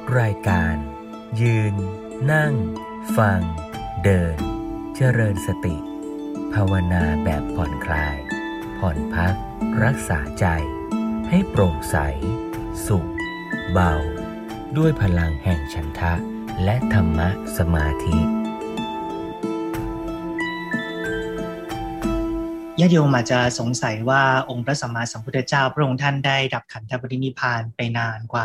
รายการยืนนั่งฟังเดินเจริญสติภาวนาแบบผ่อนคลายผ่อนพักรักษาใจให้โปร่งใสสุขเบาด้วยพลังแห่งฉันทะและธรรมะสมาธิญาติโยมอาจจะสงสัยว่าองค์พระสัมมาสัมพุทธเจ้าพระองค์ท่านได้ดับขันธปรินิพพานไปนานกว่า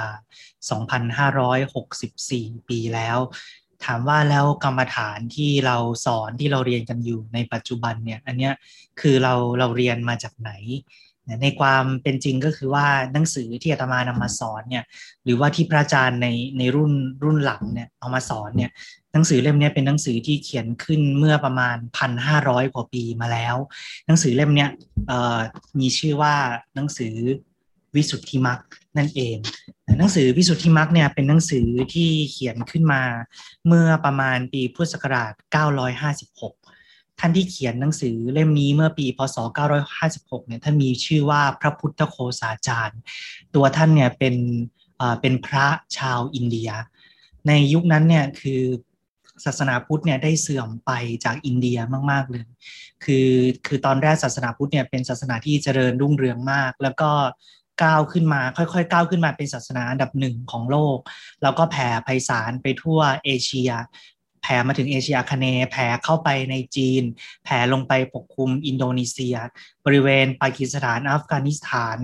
2,564 ปีแล้วถามว่าแล้วกรรมฐานที่เราสอนที่เราเรียนกันอยู่ในปัจจุบันเนี่ยอันเนี้ยคือเราเรียนมาจากไหนในความเป็นจริงก็คือว่าหนังสือที่อาตมานำมาสอนเนี่ยหรือว่าที่พระอาจารย์ในรุ่นหลังเนี่ยเอามาสอนเนี่ยหนังสือเล่มนี้เป็นหนังสือที่เขียนขึ้นเมื่อประมาณ 1,500 กว่าปีมาแล้วหนังสือเล่มนี้มีชื่อว่าหนังสือวิสุทธิมรรคนั่นเองหนังสือวิสุทธิมรรคเนี่ยเป็นหนังสือที่เขียนขึ้นมาเมื่อประมาณปีพุทธศักราช 956 ท่านที่เขียนหนังสือเล่มนี้เมื่อปีพศ 956 เนี่ยท่านมีชื่อว่าพระพุทธโฆษาจารย์ตัวท่านเนี่ยเป็นพระชาวอินเดียในยุคนั้นเนี่ยคือศาสนาพุทธเนี่ยได้เสื่อมไปจากอินเดียมากๆเลยคือตอนแรกศาสนาพุทธเนี่ยเป็นศาสนาที่เจริญรุ่งเรืองมากแล้วก็ก้าวขึ้นมาค่อยๆก้าวขึ้นมาเป็นศาสนาอันดับหนึ่งของโลกแล้วก็แผ่ไพศาลไปทั่วเอเชียแผ่มาถึงเอเชียอาคเนย์แผ่เข้าไปในจีนแผ่ลงไปปกคลุมอินโดนีเซียบริเวณปากีสถานอัฟกานิสถาน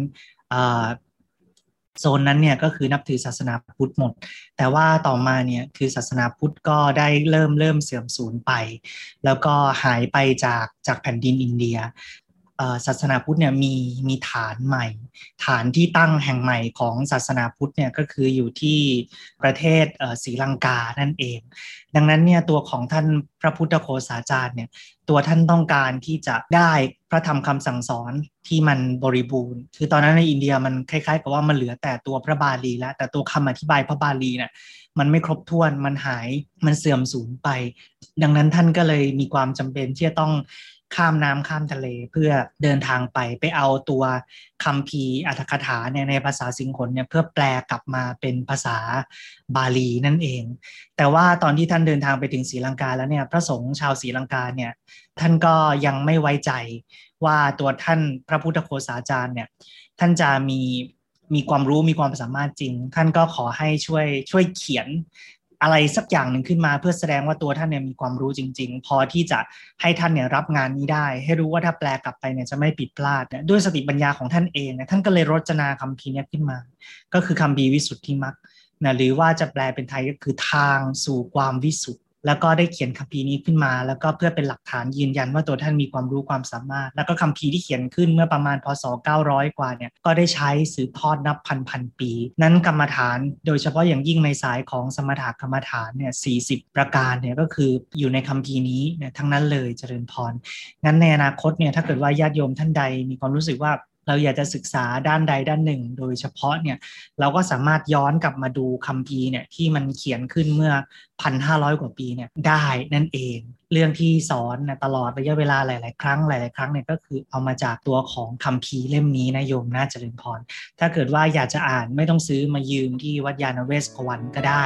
โซนนั้นเนี่ยก็คือนับถือศาสนาพุทธหมดแต่ว่าต่อมาเนี่ยคือศาสนาพุทธก็ได้เริ่มเสื่อมสูญไปแล้วก็หายไปจากแผ่นดินอินเดียศาสนาพุทธเนี่ยมีฐานใหม่ฐานที่ตั้งแห่งใหม่ของศาสนาพุทธเนี่ยก็คืออยู่ที่ประเทศศรีลังกานั่นเองดังนั้นเนี่ยตัวของท่านพระพุทธโฆษาจารย์เนี่ยตัวท่านต้องการที่จะได้พระธรรมคำสั่งสอนที่มันบริบูรณ์คือตอนนั้นในอินเดียมันคล้ายๆกับว่ามันเหลือแต่ตัวพระบาลีแล้วแต่ตัวคำอธิบายพระบาลีเนี่ยมันไม่ครบถ้วนมันหายมันเสื่อมสูญไปดังนั้นท่านก็เลยมีความจำเป็นที่จะต้องข้ามน้ำข้ามทะเลเพื่อเดินทางไปเอาตัวคัมภีร์อรรถกถาเนี่ยในภาษาสิงคโปร์เนี่ยเพื่อแปลกลับมาเป็นภาษาบาลีนั่นเองแต่ว่าตอนที่ท่านเดินทางไปถึงศรีลังกาแล้วเนี่ยพระสงฆ์ชาวศรีลังกาเนี่ยท่านก็ยังไม่ไว้ใจว่าตัวท่านพระพุทธโฆษาจารย์เนี่ยท่านจะมีความรู้มีความสามารถจริงท่านก็ขอให้ช่วยเขียนอะไรสักอย่างหนึ่งขึ้นมาเพื่อแสดงว่าตัวท่านเนี่ยมีความรู้จริงๆพอที่จะให้ท่านเนี่ยรับงานนี้ได้ให้รู้ว่าถ้าแปลกลับไปเนี่ยจะไม่ผิดพลาดเนี่ยด้วยสติปัญญาของท่านเองเนี่ยท่านก็เลยรจนาคัมภีร์นี้ขึ้นมาก็คือคัมภีร์วิสุทธิมรรคนะหรือว่าจะแปลเป็นไทยก็คือทางสู่ความวิสุทธิแล้วก็ได้เขียนคัมภีร์นี้ขึ้นมาแล้วก็เพื่อเป็นหลักฐานยืนยันว่าตัวท่านมีความรู้ความสามารถแล้วก็คัมภีร์ที่เขียนขึ้นเมื่อประมาณพศ900กว่าเนี่ยก็ได้ใช้สืบทอดนับพันปีนั้นกรรมฐานโดยเฉพาะอย่างยิ่งในสายของสมถกรรมฐานเนี่ย40ประการเนี่ยก็คืออยู่ในคัมภีร์นี้เนี่ยทั้งนั้นเลยเจริญพรงั้นในอนาคตเนี่ยถ้าเกิดว่าญาติโยมท่านใดมีความรู้สึกว่าเราอยากจะศึกษาด้านใดด้านหนึ่งโดยเฉพาะเนี่ยเราก็สามารถย้อนกลับมาดูคัมภีร์เนี่ยที่มันเขียนขึ้นเมื่อ 1,500 กว่าปีเนี่ยได้นั่นเองเรื่องที่สอนนะตลอดระยะเวลาหลายๆครั้งเนี่ยก็คือเอามาจากตัวของคัมภีร์เล่มนี้นะโยมน่าเจริญพรถ้าเกิดว่าอยากจะอ่านไม่ต้องซื้อมายืมที่วัดยาณเวศกวันก็ได้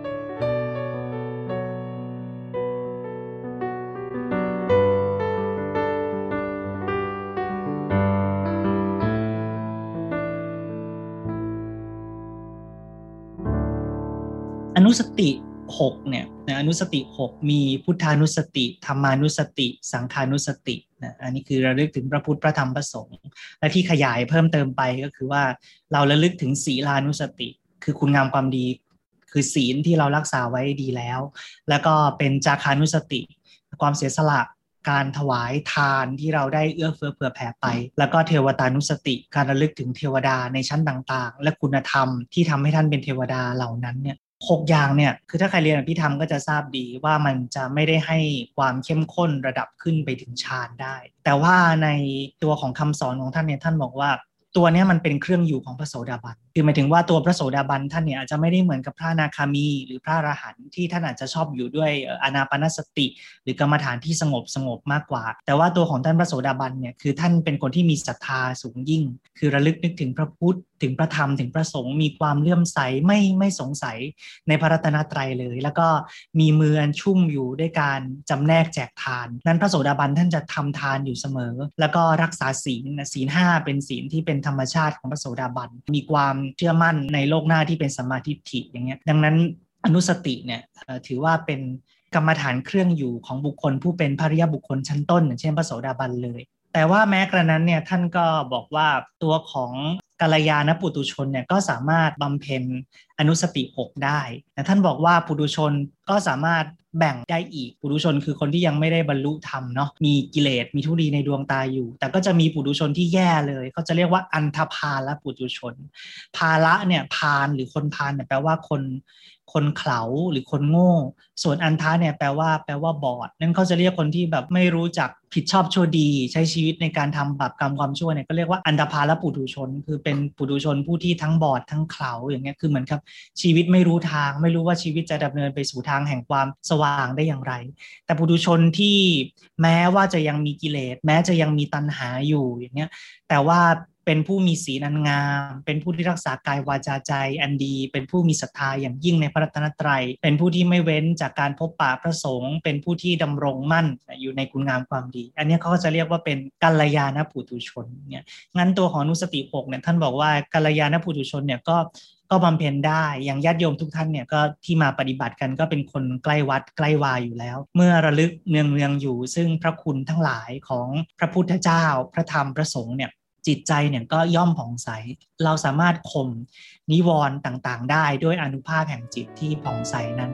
อนุสติ6เนี่ยนะอนุสติ6มีพุทธานุสติธรรมานุสติสังฆานุสตินะอันนี้คือระลึกถึงพระพุทธพระธรรมพระสงฆ์และที่ขยายเพิ่มเติมไปก็คือว่าเราระลึกถึงศีลานุสติคือคุณงามความดีคือศีลที่เรารักษาไว้ดีแล้วก็เป็นจาคานุสติความเสียสละการถวายทานที่เราได้เอื้อเฟื้อเผื่อแผ่ไปแล้วก็เทวตานุสติการระลึกถึงเทวดาในชั้นต่างๆและคุณธรรมที่ทำให้ท่านเป็นเทวดาเหล่านั้นเนี่ย6อย่างเนี่ยคือถ้าใครเรียนอภิธรรมก็จะทราบดีว่ามันจะไม่ได้ให้ความเข้มข้นระดับขึ้นไปถึงฌานได้แต่ว่าในตัวของคำสอนของท่านเนี่ยท่านบอกว่าตัวนี้มันเป็นเครื่องอยู่ของพระโสดาบันคือหมายถึงว่าตัวพระโสดาบันท่านเนี่ยอาจจะไม่ได้เหมือนกับพระอนาคามีหรือพระอรหันต์ที่ท่านอาจจะชอบอยู่ด้วยอานาปานสติหรือกรรมฐานที่สงบมากกว่าแต่ว่าตัวของท่านพระโสดาบันเนี่ยคือท่านเป็นคนที่มีศรัทธาสูงยิ่งคือระลึกนึกถึงพระพุทธถึงพระธรรมถึงพระสงฆ์มีความเลื่อมใสไม่สงสัยในพระรัตนตรัยเลยแล้วก็มีมืออันชุ่มอยู่ด้วยการจำแนกแจกทานนั้นพระโสดาบันท่านจะทำทานอยู่เสมอแล้วก็รักษาศีลห้าเป็นศีลที่เป็นธรรมชาติของพระโสดาบันมีความเชื่อมั่นในโลกหน้าที่เป็นสัมมาทิฏฐิอย่างเงี้ยดังนั้นอนุสติเนี่ยถือว่าเป็นกรรมฐานเครื่องอยู่ของบุคคลผู้เป็นพระริยบุคคลชั้นต้นอย่างเช่นพระโสดาบันเลยแต่ว่าแม้กระนั้นเนี่ยท่านก็บอกว่าตัวของกัลยาณปุถุชนเนี่ยก็สามารถบำเพ็ญอนุสติ6ได้แต่ท่านบอกว่าปุถุชนก็สามารถแบ่งได้อีกปุถุชนคือคนที่ยังไม่ได้บรรลุธรรมเนาะมีกิเลสมีทุลีในดวงตาอยู่แต่ก็จะมีปุถุชนที่แย่เลยเขาจะเรียกว่าอันธพาลปุถุชนภาละเนี่ยพาลหรือคนพาลเนี่ยแปลว่าคนเขลาหรือคนโง่ส่วนอันทะเนี่ยแปลว่าบอดนั่นเขาจะเรียกคนที่แบบไม่รู้จักผิดชอบชั่วดีใช้ชีวิตในการทำบาปกรรมความชั่วเนี่ยก็เรียกว่าอันธพาลปุถุชนคือเป็นปุถุชนผู้ที่ทั้งบอดทั้งเขลาอย่างเงี้ยคือเหมือนกับชีวิตไม่รู้ทางไม่รู้ว่าชีวิตจะดำเนินไปสู่ทางแห่งความสว่างได้อย่างไรแต่ปุถุชนที่แม้ว่าจะยังมีกิเลสแม้จะยังมีตัณหาอยู่อย่างเงี้ยแต่ว่าเป็นผู้มีศีลอันงามเป็นผู้ที่รักษากายวาจาใจอันดีเป็นผู้มีศรัทธาอย่างยิ่งในพระรัตนตรัยเป็นผู้ที่ไม่เว้นจากการพบปะพระสงฆ์เป็นผู้ที่ดำรงมั่นอยู่ในคุณงามความดีอันนี้เขาก็จะเรียกว่าเป็นกัลยาณปุถุชนเนี่ยงั้นตัวของอนุสติ6เนี่ยท่านบอกว่ากัลยาณปุถุชนเนี่ยก็บำเพ็ญได้อย่างญาติโยมทุกท่านเนี่ยก็ที่มาปฏิบัติกันก็เป็นคนใกล้วัดใกล้วาอยู่แล้วเมื่อระลึกเนืองอยู่ซึ่งพระคุณทั้งหลายของพระพุทธเจ้าพระธรรมพระสงฆ์เนี่ยจิตใจเนี่ยก็ย่อมผ่องใสเราสามารถข่มนิวรณ์ต่างๆได้ด้วยอานุภาพแห่งจิตที่ผ่องใสนั้น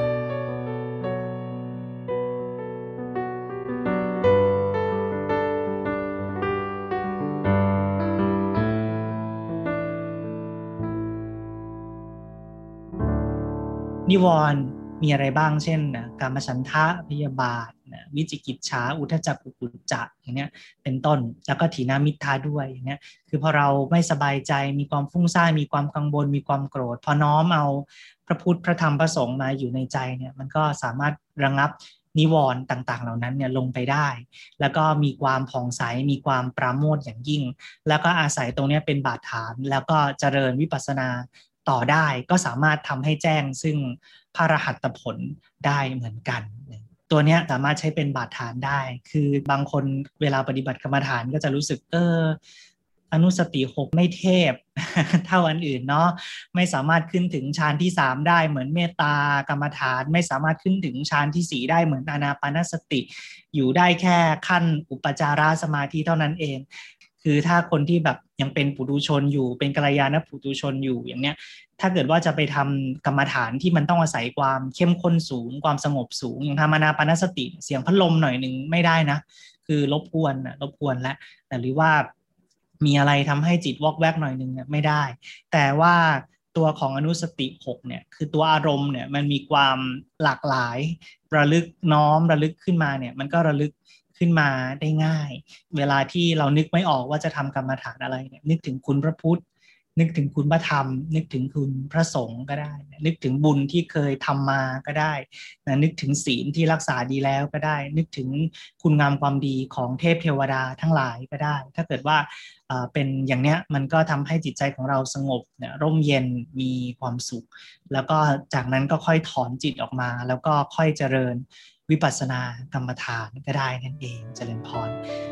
นิวรณ์มีอะไรบ้างเช่นกามฉันทะพยาบาทวิจิกิจฉาอุทธัจจกุกุจจะอย่างเนี้ยเป็นต้นแล้วก็ถีนามิทธาด้วยอย่างเนี้ยคือพอเราไม่สบายใจมีความฟุ้งซ่านมีความกังวลมีความโกรธพอน้อมเอาพระพุทธพระธรรมพระสงฆ์มาอยู่ในใจเนี่ยมันก็สามารถระงับนิวรณ์ต่างๆเหล่านั้นเนี่ยลงไปได้แล้วก็มีความผ่องใสมีความปราโมทย์อย่างยิ่งแล้วก็อาศัยตรงนี้เป็นบาดฐานแล้วก็เจริญวิปัสสนาต่อได้ก็สามารถทำให้แจ้งซึ่งพระอรหัตผลได้เหมือนกันตัวเนี้ยสามารถใช้เป็นบาดฐานได้คือบางคนเวลาปฏิบัติกรรมฐานก็จะรู้สึกอนุสติ6ไม่เทพ เท่าอันอื่นเนาะไม่สามารถขึ้นถึงฌานที่3ได้เหมือนเมตตากรรมฐานไม่สามารถขึ้นถึงฌานที่4ได้เหมือนอานาปานสติอยู่ได้แค่ขั้นอุปจารสมาธิเท่านั้นเองคือถ้าคนที่แบบยังเป็นปุถุชนอยู่เป็นกัลยาณปุถุชนอยู่อย่างเนี้ยถ้าเกิดว่าจะไปทำกรรมฐานที่มันต้องอาศัยความเข้มข้นสูงความสงบสูงอย่างทำอานาปานสติเสียงพัดลมหน่อยหนึ่งไม่ได้นะคือรบกวนแล้วหรือว่ามีอะไรทำให้จิตวอกแวกหน่อยหนึ่งไม่ได้แต่ว่าตัวของอนุสติ6เนี่ยคือตัวอารมณ์เนี่ยมันมีความหลากหลายระลึกน้อมระลึกขึ้นมาเนี่ยมันก็ระลึกขึ้นมาได้ง่ายเวลาที่เรานึกไม่ออกว่าจะทำกรรมฐานอะไรเนี่ยนึกถึงคุณพระพุทธนึกถึงคุณพระธรรมนึกถึงคุณพระสงฆ์ก็ได้นึกถึงบุญที่เคยทำมาก็ได้นึกถึงศีลที่รักษาดีแล้วก็ได้นึกถึงคุณงามความดีของเทพเทวดาทั้งหลายก็ได้ถ้าเกิดว่าเป็นอย่างเนี้ยมันก็ทำให้จิตใจของเราสงบร่มเย็นมีความสุขแล้วก็จากนั้นก็ค่อยถอนจิตออกมาแล้วก็ค่อยเจริญวิปัสสนากรรมฐานก็ได้นั่นเองเจริญพร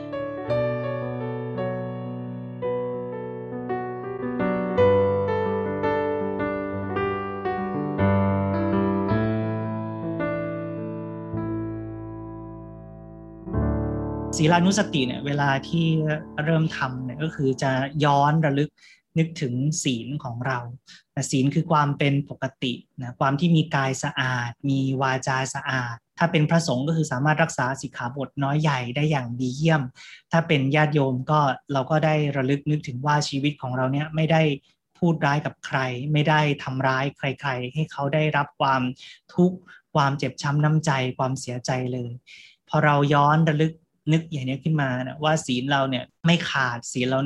ศีลานุสติเนี่ยเวลาที่เริ่มทำเนี่ยก็คือจะย้อนระลึกนึกถึงศีลของเราศีลคือความเป็นปกตินะความที่มีกายสะอาดมีวาจาสะอาดถ้าเป็นพระสงฆ์ก็คือสามารถรักษาสิกขาบทน้อยใหญ่ได้อย่างดีเยี่ยมถ้าเป็นญาติโยมก็เราก็ได้ระลึกนึกถึงว่าชีวิตของเราเนี่ยไม่ได้พูดร้ายกับใครไม่ได้ทำร้ายใครๆให้เขาได้รับความทุกข์ความเจ็บช้ำน้ำใจความเสียใจเลยพอเราย้อนระลึกนึกอย่างนี้ขึ้นมานะว่าศีลเราเนี่ยไม่ขาดศีลเราเนี่ย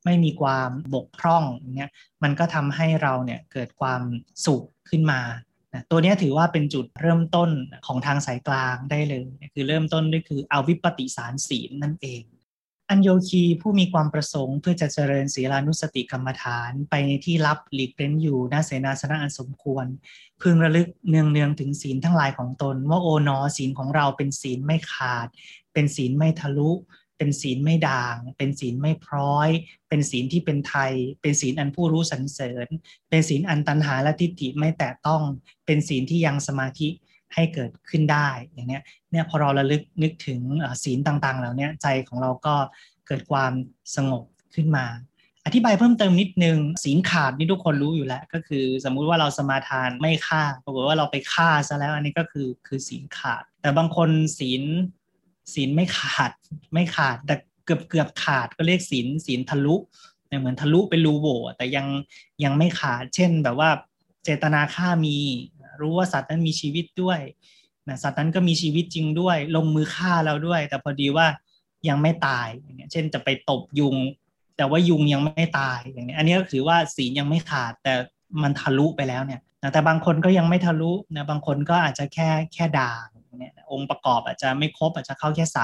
ไม่มีความบกพร่องอย่างเงี้ยมันก็ทำให้เราเนี่ยเกิดความสุขขึ้นมาตัวนี้ถือว่าเป็นจุดเริ่มต้นของทางสายกลางได้เลยคือเริ่มต้นด้วยคือเอาวิปปิสารศีลนั่นเองอัญโยคีผู้มีความประสงค์เพื่อจะเจริญศีลานุสติกรรมฐานไปในที่ลับหลีกเร้นอยู่ณเสนาสนะอันสมควรพึงระลึกเนืองๆถึงศีลทั้งหลายของตนว่าโอ๋หนอศีลของเราเป็นศีลไม่ขาดเป็นศีลไม่ทะลุเป็นศีลไม่ด่างเป็นศีลไม่พร้อยเป็นศีลที่เป็นไทยเป็นศีลอันผู้รู้สรรเสริญเป็นศีลอันตัณหาและทิฏฐิไม่แตะต้องเป็นศีลที่ยังสมาธิให้เกิดขึ้นได้อย่างเนี้ยพอเราระลึกนึกถึงศีลต่างๆเหล่านี้ใจของเราก็เกิดความสงบขึ้นมาอธิบายเพิ่มเติมนิดนึงศีลขาดนี่ทุกคนรู้อยู่แล้วก็คือสมมุติว่าเราสมาทานไม่ฆ่าปรากฏว่าเราไปฆ่าซะแล้วอันนี้ก็คือศีลขาดแต่บางคนศีลไม่ขาดแต่เกือบขาดก็เรียกศีลทะลุเหมือนทะลุเป็นรูโหว่แต่ยังไม่ขาดเช่นแบบว่าเจตนาฆ่ามีรู้ว่าสัตว์นั้นมีชีวิตด้วยนะสัตว์นั้นก็มีชีวิตจริงด้วยลงมือฆ่าเราด้วยแต่พอดีว่ายังไม่ตายอย่างเงี้ยเช่นจะไปตบยุงแต่ว่ายุงยังไม่ตายอย่างเงี้ยอันนี้ก็ถือว่าศีลยังไม่ขาดแต่มันทะลุไปแล้วเนี่ยแต่บางคนก็ยังไม่ทะลุนะบางคนก็อาจจะแค่ด่างเนี่ยองค์ประกอบอาจจะไม่ครบอาจจะเข้าแค่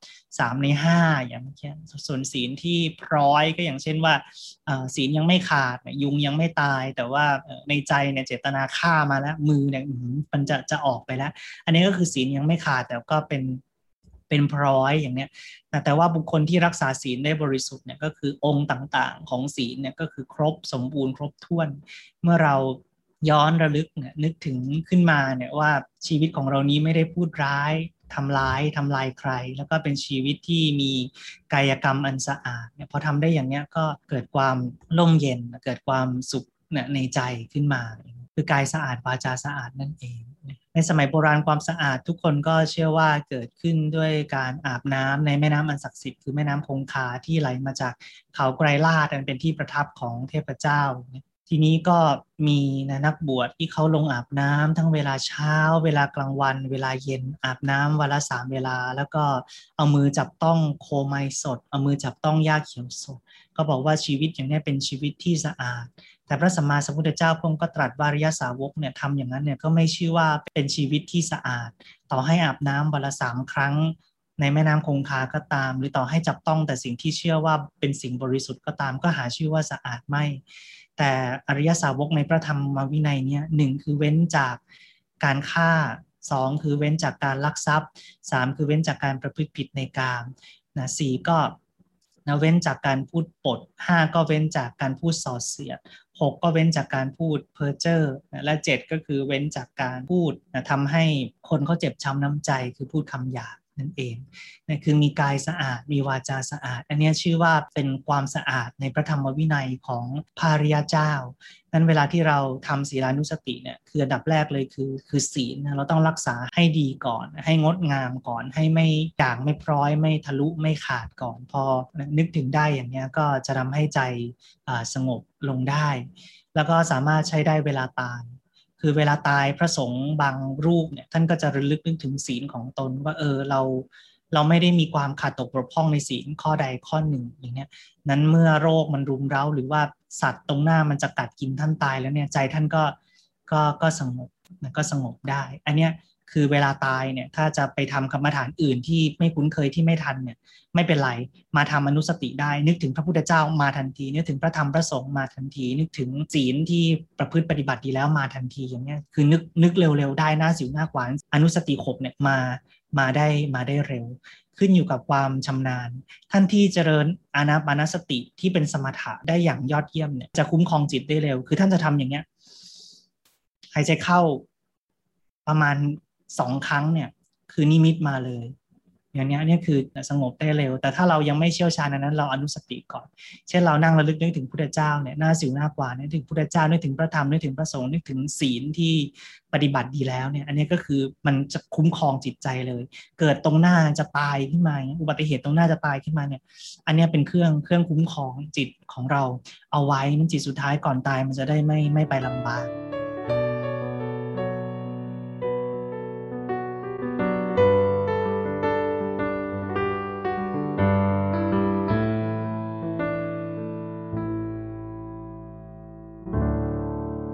3ใน 5อย่างเงี้ยส่วนศีลที่พร้อยก็อย่างเช่นว่าศีลยังไม่ขาดยุงยังไม่ตายแต่ว่าในใจเนี่ยเจตนาฆ่ามาแล้วมือเนี่ยมันจะออกไปแล้วอันนี้ก็คือศีลยังไม่ขาดแต่ก็เป็นพร้อยอย่างเนี้ยแต่ว่าบุคคลที่รักษาศีลได้บริสุทธิ์เนี่ยก็คือองค์ต่างๆของศีลเนี่ยก็คือครบสมบูรณ์ครบถ้วนเมื่อเราย้อนระลึกเนี่ยนึกถึงขึ้นมาเนี่ยว่าชีวิตของเรานี้ไม่ได้พูดร้ายทำลายใครแล้วก็เป็นชีวิตที่มีกายกรรมอันสะอาดเนี่ยพอทำได้อย่างเนี้ยก็เกิดความร่มเย็นเกิดความสุขเนี่ยในใจขึ้นมาคือกายสะอาดวาจาสะอาดนั่นเองในสมัยโบราณความสะอาดทุกคนก็เชื่อว่าเกิดขึ้นด้วยการอาบน้ำในแม่น้ำอันศักดิ์สิทธิ์คือแม่น้ำคงคาที่ไหลมาจากเขาไกรลาศอันเป็นที่ประทับของเทพเจ้าทีนี้ก็มีนักบวชที่เขาลงอาบน้ำทั้งเวลาเช้าเวลากลางวันเวลาเย็นอาบน้ำวันละ3เวลาแล้วก็เอามือจับต้องโคไมสดเอามือจับต้องหญ้าเขียวสดก็บอกว่าชีวิตอย่างนี้เป็นชีวิตที่สะอาดแต่พระสัมมาสัมพุทธเจ้าพระองค์ก็ตรัสว่าอริยสาวกเนี่ยทำอย่างนั้นเนี่ยก็ไม่ชื่อว่าเป็นชีวิตที่สะอาดต่อให้อาบน้ำวันละ3 ครั้งในแม่น้ำคงคาก็ตามหรือต่อให้จับต้องแต่สิ่งที่เชื่อว่าเป็นสิ่งบริสุทธิ์ก็ตามก็หาชื่อว่าสะอาดไม่แต่อริยสาวกในพระธรรมวินัยเนี่ย1คือเว้นจากการฆ่า2คือเว้นจากการลักทรัพย์3คือเว้นจากการประพฤติผิดในกามนะ4ก็เว้นจากการพูดปด5ก็เว้นจากการพูดส่อเสียด6ก็เว้นจากการพูดเพ้อเจ้อและ7ก็คือเว้นจากการพูดทำให้คนเขาเจ็บช้ำน้ำใจคือพูดคำหยาบนั่นเองนั่นคือมีกายสะอาดมีวาจาสะอาดอันนี้ชื่อว่าเป็นความสะอาดในพระธรรมวินัยของพระอริยเจ้านั้นเวลาที่เราทำศีลานุสติเนี่ยคืออันดับแรกเลยคือศีลเราต้องรักษาให้ดีก่อนให้งดงามก่อนให้ไม่ด่างไม่พร้อยไม่ทะลุไม่ขาดก่อนพอนึกถึงได้อย่างนี้ก็จะทำให้ใจสงบลงได้แล้วก็สามารถใช้ได้เวลาตายคือเวลาตายพระสงฆ์บางรูปเนี่ยท่านก็จะระลึกนึกถึงศีลของตนว่าเราไม่ได้มีความขาดตกบกพร่องในศีลข้อใดข้อหนึ่งอย่างเนี้ยนั้นเมื่อโรคมันรุมเร้าหรือว่าสัตว์ตรงหน้ามันจะกัดกินท่านตายแล้วเนี่ยใจท่านก็สงบได้อันเนี้ยคือเวลาตายเนี่ยถ้าจะไปทำกรรมฐานอื่นที่ไม่คุ้นเคยที่ไม่ทันเนี่ยไม่เป็นไรมาทำอนุสติได้นึกถึงพระพุทธเจ้ามาทันทีนึกถึงพระธรรมพระสงฆ์มาทันทีนึกถึงศีลที่ประพฤติปฏิบัติดีแล้วมาทันทีอย่างเงี้ยคือนึกเร็วๆได้หน้าสิวหน้าขวานอนุสติขบเนี่ยมาได้เร็วขึ้นอยู่กับความชำนาญท่านที่เจริญอานาปานสติที่เป็นสมถะได้อย่างยอดเยี่ยมเนี่ยจะคุ้มครองจิตได้เร็วคือท่านจะทำอย่างเงี้ยหายใจเข้าประมาณ2 ครั้งเนี่ยคือนิมิตมาเลยอย่างนี้นี่คือสงบได้เร็วแต่ถ้าเรายังไม่เชี่ยวชาญนั้นเราอนุสติก่อนเช่นเรานั่งระลึกนึกถึงพุทธเจ้าเนี่ยหน้าสิวหน้าขวานนึกถึงพุทธเจ้านึกถึงพระธรรมนึกถึงพระสงฆ์นึกถึงศีลที่ปฏิบัติดีแล้วเนี่ยอันนี้ก็คือมันจะคุ้มครองจิตใจเลยเกิดตรงหน้าจะตายขึ้นมาอุบัติเหตุตรงหน้าจะตายขึ้นมาเนี่ยอันนี้เป็นเครื่องคุ้มครองจิตของเราเอาไว้มันจิตสุดท้ายก่อนตายมันจะได้ไม่ไปลำบาก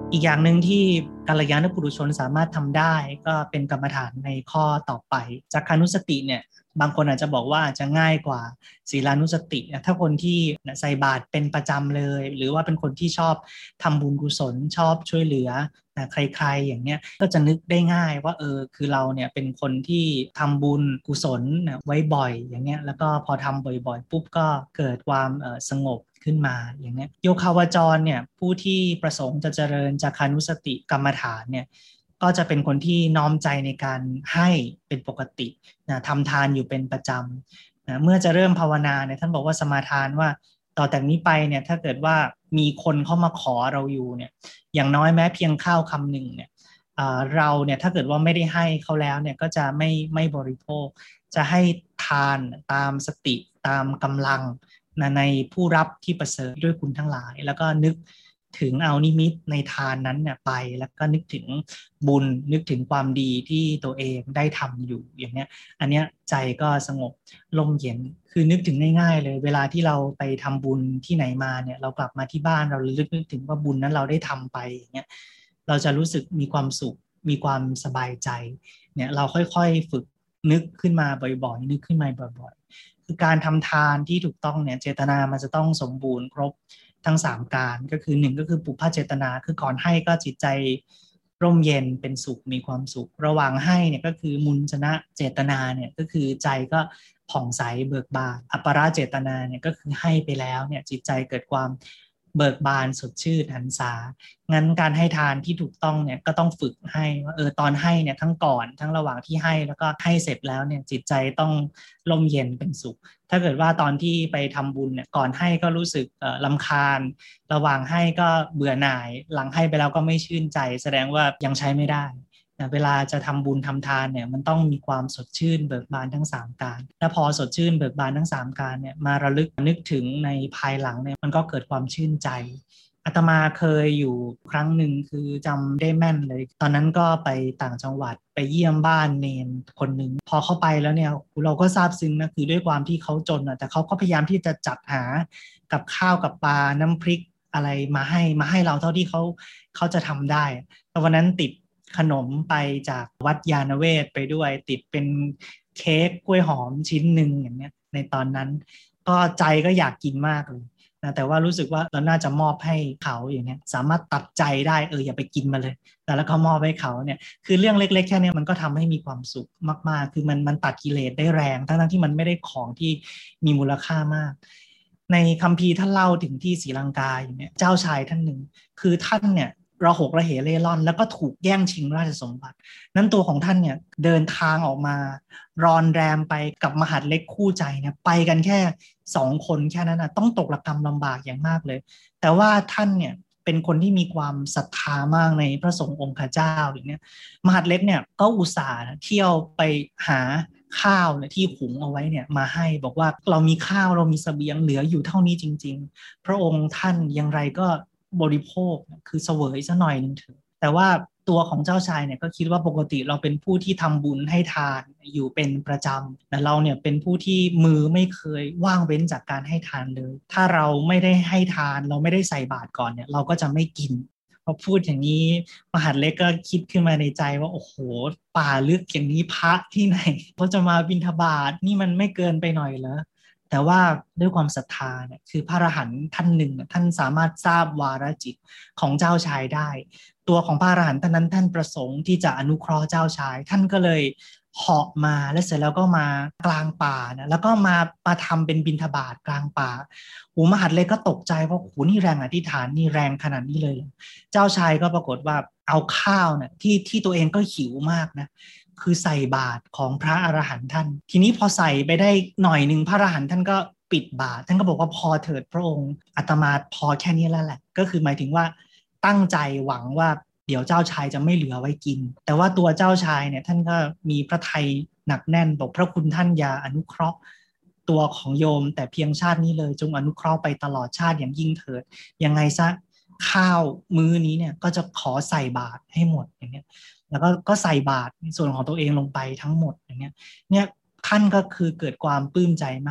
อีกอย่างหนึ่งที่กัลยาณปุถุชนสามารถทำได้ก็เป็นกรรมฐานในข้อต่อไปจากขานุสติเนี่ยบางคนอาจจะบอกว่าอาจจะง่ายกว่าศีลานุสติถ้าคนที่ใส่บาตรเป็นประจำเลยหรือว่าเป็นคนที่ชอบทำบุญกุศลชอบช่วยเหลือใครๆอย่างเนี้ยก็จะนึกได้ง่ายว่าคือเราเนี่ยเป็นคนที่ทำบุญกุศลไว้บ่อยอย่างเงี้ยแล้วก็พอทำบ่อยๆปุ๊บก็เกิดความสงบขึ้นมาอย่างเงี้ยโยคาวจรเนี่ยผู้ที่ประสงค์จะเจริญจาคานุสติกรรมฐานเนี่ยก็จะเป็นคนที่น้อมใจในการให้เป็นปกตินะทำทานอยู่เป็นประจำนะเมื่อจะเริ่มภาวนาเนี่ยท่านบอกว่าสมาทานว่าต่อจากนี้ไปเนี่ยถ้าเกิดว่ามีคนเข้ามาขอเราอยู่เนี่ยอย่างน้อยแม้เพียงข้าวคำหนึ่งเนี่ยเราเนี่ยถ้าเกิดว่าไม่ได้ให้เขาแล้วเนี่ยก็จะไม่บริโภคจะให้ทานตามสติตามกำลังในผู้รับที่ประเสริฐด้วยคุณทั้งหลายแล้วก็นึกถึงเอานิมิตในทานนั้นเนี่ยไปแล้วก็นึกถึงบุญนึกถึงความดีที่ตัวเองได้ทำอยู่อย่างเนี้ยอันเนี้ยใจก็สงบลมเย็นคือนึกถึงง่ายๆเลยเวลาที่เราไปทำบุญที่ไหนมาเนี่ยเรากลับมาที่บ้านเรานึกถึงว่าบุญนั้นเราได้ทำไปอย่างเงี้ยเราจะรู้สึกมีความสุขมีความสบายใจเนี่ยเราค่อยๆฝึกนึกขึ้นมาบ่อยๆนึกขึ้นมาบ่อยๆคือการทำทานที่ถูกต้องเนี่ยเจตนามันจะต้องสมบูรณ์ครบทั้ง3การก็คือ1ก็คือปุพพเจตนาคือก่อนให้ก็จิตใจร่มเย็นเป็นสุขมีความสุขระหว่างให้เนี่ยก็คือมุนจนะเจตนาเนี่ยก็คือใจก็ผ่องใสเบิกบานอัปปราเจตนาเนี่ยก็คือให้ไปแล้วเนี่ยจิตใจเกิดความเบิกบานสดชื่นหันษางั้นการให้ทานที่ถูกต้องเนี่ยก็ต้องฝึกให้ว่าตอนให้เนี่ยทั้งก่อนทั้งระหว่างที่ให้แล้วก็ให้เสร็จแล้วเนี่ยจิตใจต้องร่มเย็นเป็นสุขถ้าเกิดว่าตอนที่ไปทำบุญเนี่ยก่อนให้ก็รู้สึกรำคาญระหว่างให้ก็เบื่อหน่ายหลังให้ไปแล้วก็ไม่ชื่นใจแสดงว่ายังใช้ไม่ได้เวลาจะทำบุญทำทานเนี่ยมันต้องมีความสดชื่นเบิกบานทั้ง3การและพอสดชื่นเบิกบานทั้ง3การเนี่ยมาระลึกนึกถึงในภายหลังเนี่ยมันก็เกิดความชื่นใจอาตมาเคยอยู่ครั้งหนึ่งคือจำได้แม่นเลยตอนนั้นก็ไปต่างจังหวัดไปเยี่ยมบ้านเนนคนหนึ่งพอเข้าไปแล้วเนี่ยเราก็ซาบซึ้งนะคือด้วยความที่เขาจนแต่เขาก็พยายามที่จะจัดหากับข้าวกับปลาน้ำพริกอะไรมาให้เราเท่าที่เขาจะทำได้แต่วันนั้นติดขนมไปจากวัดยาณเวศไปด้วยติดเป็นเค้กกล้วยหอมชิ้นหนึ่งอย่างเนี้ยในตอนนั้นก็ใจก็อยากกินมากเลยนะแต่ว่ารู้สึกว่าเราน่าจะมอบให้เขาอย่างเงี้ยสามารถตัดใจได้อย่าไปกินมาเลยแต่แล้วก็มอบให้เขาเนี่ยคือเรื่องเล็กๆแค่นี้มันก็ทำให้มีความสุขมากๆคือมันตัดกิเลสได้แรงทั้งที่มันไม่ได้ของที่มีมูลค่ามากในคัมภีร์ท่านเล่าถึงที่ศรีลังกาอย่างเนี้ยเจ้าชายท่านหนึ่งคือท่านเนี่ยระหกระเหเร่ร่อนแล้วก็ถูกแย่งชิงราชสมบัตินั้นตัวของท่านเนี่ยเดินทางออกมารอนแรมไปกับมหาดเล็กคู่ใจเนี่ยไปกันแค่2 คนแค่นั้นนะต้องตกระกำลำบากอย่างมากเลยแต่ว่าท่านเนี่ยเป็นคนที่มีความศรัทธามากในพระสงฆ์องค์เจ้าอย่างเนี้ยมหาดเล็กเนี่ยก็อุตส่าห์เที่ยวไปหาข้าวเนี่ยที่หุงเอาไว้เนี่ยมาให้บอกว่าเรามีข้าวเรามีเสบียงเหลืออยู่เท่านี้จริงๆพระองค์ท่านอย่างไรก็บริโภคคือเสวยซะหน่อยนึงเถอะแต่ว่าตัวของเจ้าชายเนี่ยก็คิดว่าปกติเราเป็นผู้ที่ทำบุญให้ทานอยู่เป็นประจำแต่เราเนี่ยเป็นผู้ที่มือไม่เคยว่างเว้นจากการให้ทานเลยถ้าเราไม่ได้ให้ทานเราไม่ได้ใส่บาตรก่อนเนี่ยเราก็จะไม่กินพอพูดอย่างนี้มหาดเล็กก็คิดขึ้นมาในใจว่าโอ้โหป่าลึกอย่างนี้พระที่ไหนเขาจะมาบิณฑบาตนี่มันไม่เกินไปหน่อยเหรอแต่ว่าด้วยความศรัทธาเนี่ยคือพระอรหันต์ท่านหนึ่งท่านสามารถทราบวาระจิตของเจ้าชายได้ตัวของพระอรหันต์ท่านนั้นท่านประสงค์ที่จะอนุเคราะห์เจ้าชายท่านก็เลยเหาะมาแล้วเสร็จแล้วก็มากลางป่านะแล้วก็มาทำเป็นบิณฑบาตกลางป่าหูมหาดเล็กก็ตกใจว่าหูนี่แรงอธิษฐานนี่แรงขนาดนี้เลยเจ้าชายก็ปรากฏว่าเอาข้าวเนี่ยที่ตัวเองก็หิวมากนะคือใส่บาตรของพระอรหันต์ท่านทีนี้พอใส่ไปได้หน่อยหนึ่งพระอรหันต์ท่านก็ปิดบาตรท่านก็บอกว่าพอเถิดพระองค์อาตมาพอแค่นี้แล้วแหละก็คือหมายถึงว่าตั้งใจหวังว่าเดี๋ยวเจ้าชายจะไม่เหลือไว้กินแต่ว่าตัวเจ้าชายเนี่ยท่านก็มีพระทัยหนักแน่นบอกพระคุณท่านอย่าอนุเคราะห์ตัวของโยมแต่เพียงชาตินี้เลยจงอนุเคราะห์ไปตลอดชาติอย่างยิ่งเถิดยังไงซะข้าวมื้อนี้เนี่ยก็จะขอใส่บาตรให้หมดอย่างเงี้ยแล้วก็ใส่บาตรในส่วนของตัวเองลงไปทั้งหมดอย่างเงี้ยท่านก็คือเกิดความปลื้มใจมาก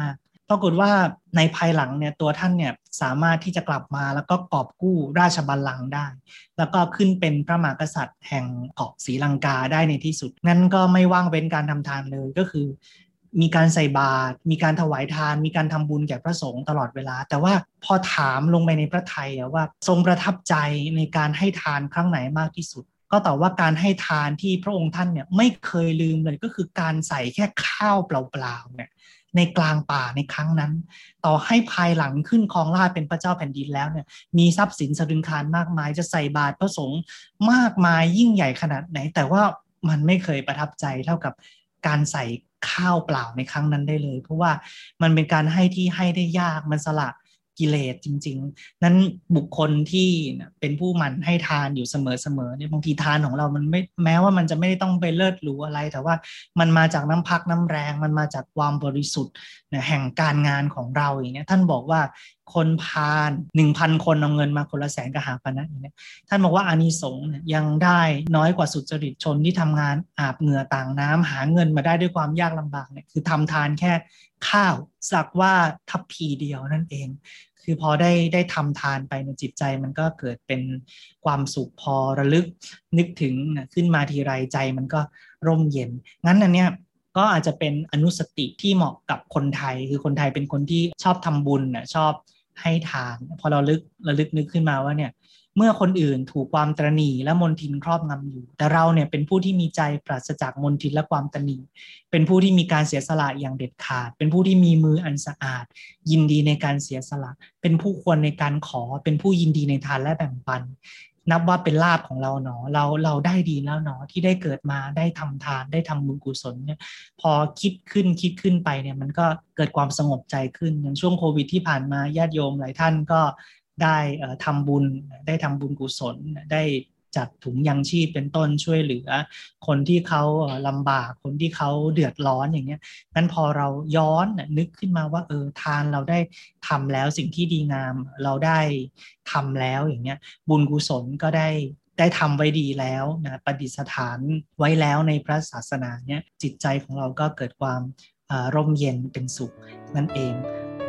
ปรากฏว่าในภายหลังเนี่ยตัวท่านเนี่ยสามารถที่จะกลับมาแล้วก็กอบกู้ราชบัลลังก์ได้แล้วก็ขึ้นเป็นพระมหากษัตริย์แห่งเกาะศรีลังกาได้ในที่สุดนั้นก็ไม่ว่างเว้นการทำทานเลยก็คือมีการใส่บาตรมีการถวายทานมีการทำบุญแก่พระสงฆ์ตลอดเวลาแต่ว่าพอถามลงไปในพระทัยว่าทรงประทับใจในการให้ทานครั้งไหนมากที่สุดก็ตอบว่าการให้ทานที่พระองค์ท่านเนี่ยไม่เคยลืมเลยก็คือการใส่แค่ข้าวเปล่าๆเนี่ยในกลางป่าในครั้งนั้นต่อให้ภายหลังขึ้นครองราชย์เป็นพระเจ้าแผ่นดินแล้วเนี่ยมีทรัพย์สินสะดึงคานมากมายจะใส่บาตรพระสงฆ์มากมายยิ่งใหญ่ขนาดไหนแต่ว่ามันไม่เคยประทับใจเท่ากับการใส่ข้าวเปล่าในครั้งนั้นได้เลยเพราะว่ามันเป็นการให้ที่ให้ได้ยากมันสละกิเลสจริงๆนั้นบุคคลที่เป็นผู้หมั่นให้ทานอยู่เสมอๆเนี่ยบางทีทานของเรามันไม่แม้ว่ามันจะไม่ได้ต้องไปเลิศหรูอะไรแต่ว่ามันมาจากน้ำพักน้ำแรงมันมาจากความบริสุทธิ์แห่งการงานของเราอย่างเงี้ยท่านบอกว่าคนพาล 1,000 คนเอาเงินมาคนละแสนก็หาปณะอย่างเงี้ยท่านบอกว่าอานิสงส์ยังได้น้อยกว่าสุจริตชนที่ทำงานอาบเหงื่อต่างน้ำหาเงินมาได้ด้วยความยากลำบากเนี่ยคือทำทานแค่ข้าวสักว่าทัพพีเดียวนั่นเองคือพอได้ทำทานไปในจิตใจมันก็เกิดเป็นความสุขพอระลึกนึกถึงขึ้นมาทีไรใจมันก็ร่มเย็นงั้นอันเนี้ยก็อาจจะเป็นอนุสติที่เหมาะกับคนไทยคือคนไทยเป็นคนที่ชอบทำบุญชอบให้ทานพอเราระลึกนึกขึ้นมาว่าเนี่ยเมื่อคนอื่นถูกความตระหนี่และมลทินครอบงำอยู่แต่เราเนี่ยเป็นผู้ที่มีใจปราศจากมลทินและความตระหนี่เป็นผู้ที่มีการเสียสละอย่างเด็ดขาดเป็นผู้ที่มีมืออันสะอาดยินดีในการเสียสละเป็นผู้ควรในการขอเป็นผู้ยินดีในทานและแบ่งปันนับว่าเป็นลาภของเราเนาะเราได้ดีแล้วเนาะที่ได้เกิดมาได้ทำทานได้ทำบุญกุศลเนี่ยพอคิดขึ้นไปเนี่ยมันก็เกิดความสงบใจขึ้นอย่างช่วงโควิดที่ผ่านมาญาติโยมหลายท่านก็ได้ทำบุญได้ทำบุญกุศลได้จัดถุงยังชีพเป็นต้นช่วยเหลือคนที่เขาลำบากคนที่เขาเดือดร้อนอย่างเงี้ยนั้นพอเราย้อนนึกขึ้นมาว่าทานเราได้ทำแล้วสิ่งที่ดีงามเราได้ทำแล้วอย่างเงี้ยบุญกุศลก็ได้ทำไว้ดีแล้วนะประดิษฐานไว้แล้วในพระศาสนาเนี่ยจิตใจของเราก็เกิดความร่มเย็นเป็นสุขนั่นเอง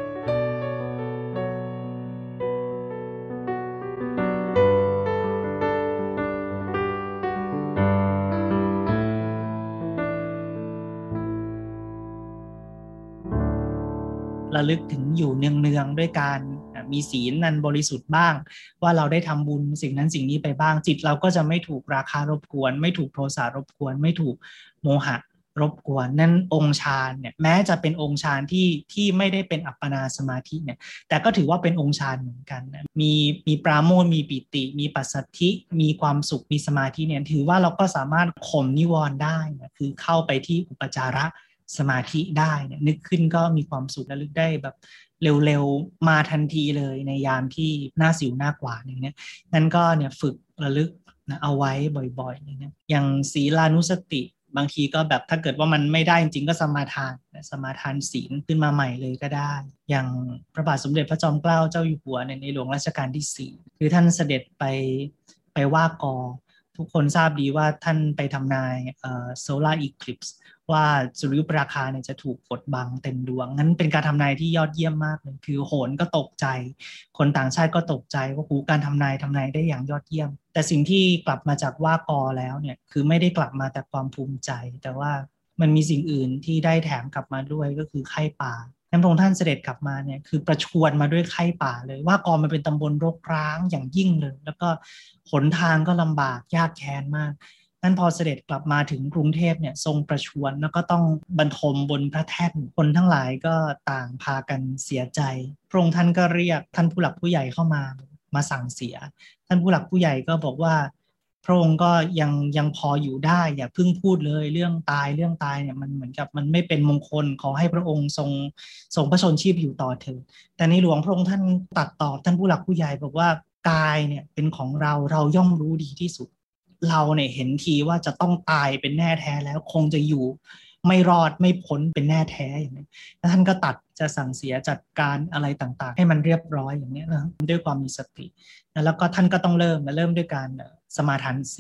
ระลึกถึงอยู่เนืองๆด้วยการมีศีลนันบริสุทธิ์บ้างว่าเราได้ทำบุญสิ่งนั้นสิ่งนี้ไปบ้างจิตเราก็จะไม่ถูกราคะรบกวนไม่ถูกโทสะรบกวนไม่ถูกโมหะรบกวนนั่นองค์ฌานเนี่ยแม้จะเป็นองค์ฌานที่ไม่ได้เป็นอัปปนาสมาธิเนี่ยแต่ก็ถือว่าเป็นองค์ฌานเหมือนกันมีปราโมทย์มีปิติมีปัสสัทธิมีความสุขมีสมาธิเนี่ยถือว่าเราก็สามารถข่มนิวรณ์ได้นะคือเข้าไปที่อุปจาระสมาธิได้เนี่ยนึกขึ้นก็มีความสุขระลึกได้แบบเร็วๆมาทันทีเลยในยามที่หน้าสิวหน้ากว่าอย่างเนี้ยนั่นก็เนี่ยฝึกระลึกนะเอาไว้บ่อยๆอย่างเนี้ยอย่างศีลานุสติบางทีก็แบบถ้าเกิดว่ามันไม่ได้จริงๆก็สมาทานศีลขึ้นมาใหม่เลยก็ได้อย่างพระบาทสมเด็จพระจอมเกล้าเจ้าอยู่หัวในหลวงรัชกาลที่ 4คือท่านเสด็จไปว่ากอทุกคนทราบดีว่าท่านไปทำนายsolar eclipseว่าสุริยุปราคาเนี่ยจะถูกกดบังเต็มดวงงั้นเป็นการทำนายที่ยอดเยี่ยมมากเลยคือโหรก็ตกใจคนต่างชาติก็ตกใจว่าการทำนายได้อย่างยอดเยี่ยมแต่สิ่งที่กลับมาจากว่ากอแล้วเนี่ยคือไม่ได้กลับมาแต่ความภูมิใจแต่ว่ามันมีสิ่งอื่นที่ได้แถมกลับมาด้วยก็คือไข้ป่าพระองค์ท่านเสด็จกลับมาเนี่ยคือประชวรมาด้วยไข้ป่าเลยว่ากอมันเป็นตำบลรกร้างอย่างยิ่งเลยแล้วก็หนทางก็ลำบากยากแค้นมากนั้นพอเสด็จกลับมาถึงกรุงเทพเนี่ยทรงประชวรแล้วก็ต้องบรรทมบนพระแท่นคนทั้งหลายก็ต่างพากันเสียใจพระองค์ท่านก็เรียกท่านผู้หลักผู้ใหญ่เข้ามาสั่งเสียท่านผู้หลักผู้ใหญ่ก็บอกว่าพระองค์ก็ยังพออยู่ได้อย่าเพิ่งพูดเลยเรื่องตายเนี่ยมันเหมือนกับมันไม่เป็นมงคลขอให้พระองค์ทรงพระชนชีพอยู่ต่อเถิดแต่ในหลวงพระองค์ท่านตรัสตอบท่านผู้หลักผู้ใหญ่บอกว่ากายเนี่ยเป็นของเราย่อมรู้ดีที่สุดเราเนี่ยเห็นทีว่าจะต้องตายเป็นแน่แท้แล้วคงจะอยู่ไม่รอดไม่พ้นเป็นแน่แท้อย่างนี้แล้วท่านก็ตัดจะสั่งเสียจัดการอะไรต่างๆให้มันเรียบร้อยอย่างนี้นะด้วยความมีสติแล้วก็ท่านก็ต้องเริ่มด้วยการสมาทานศีล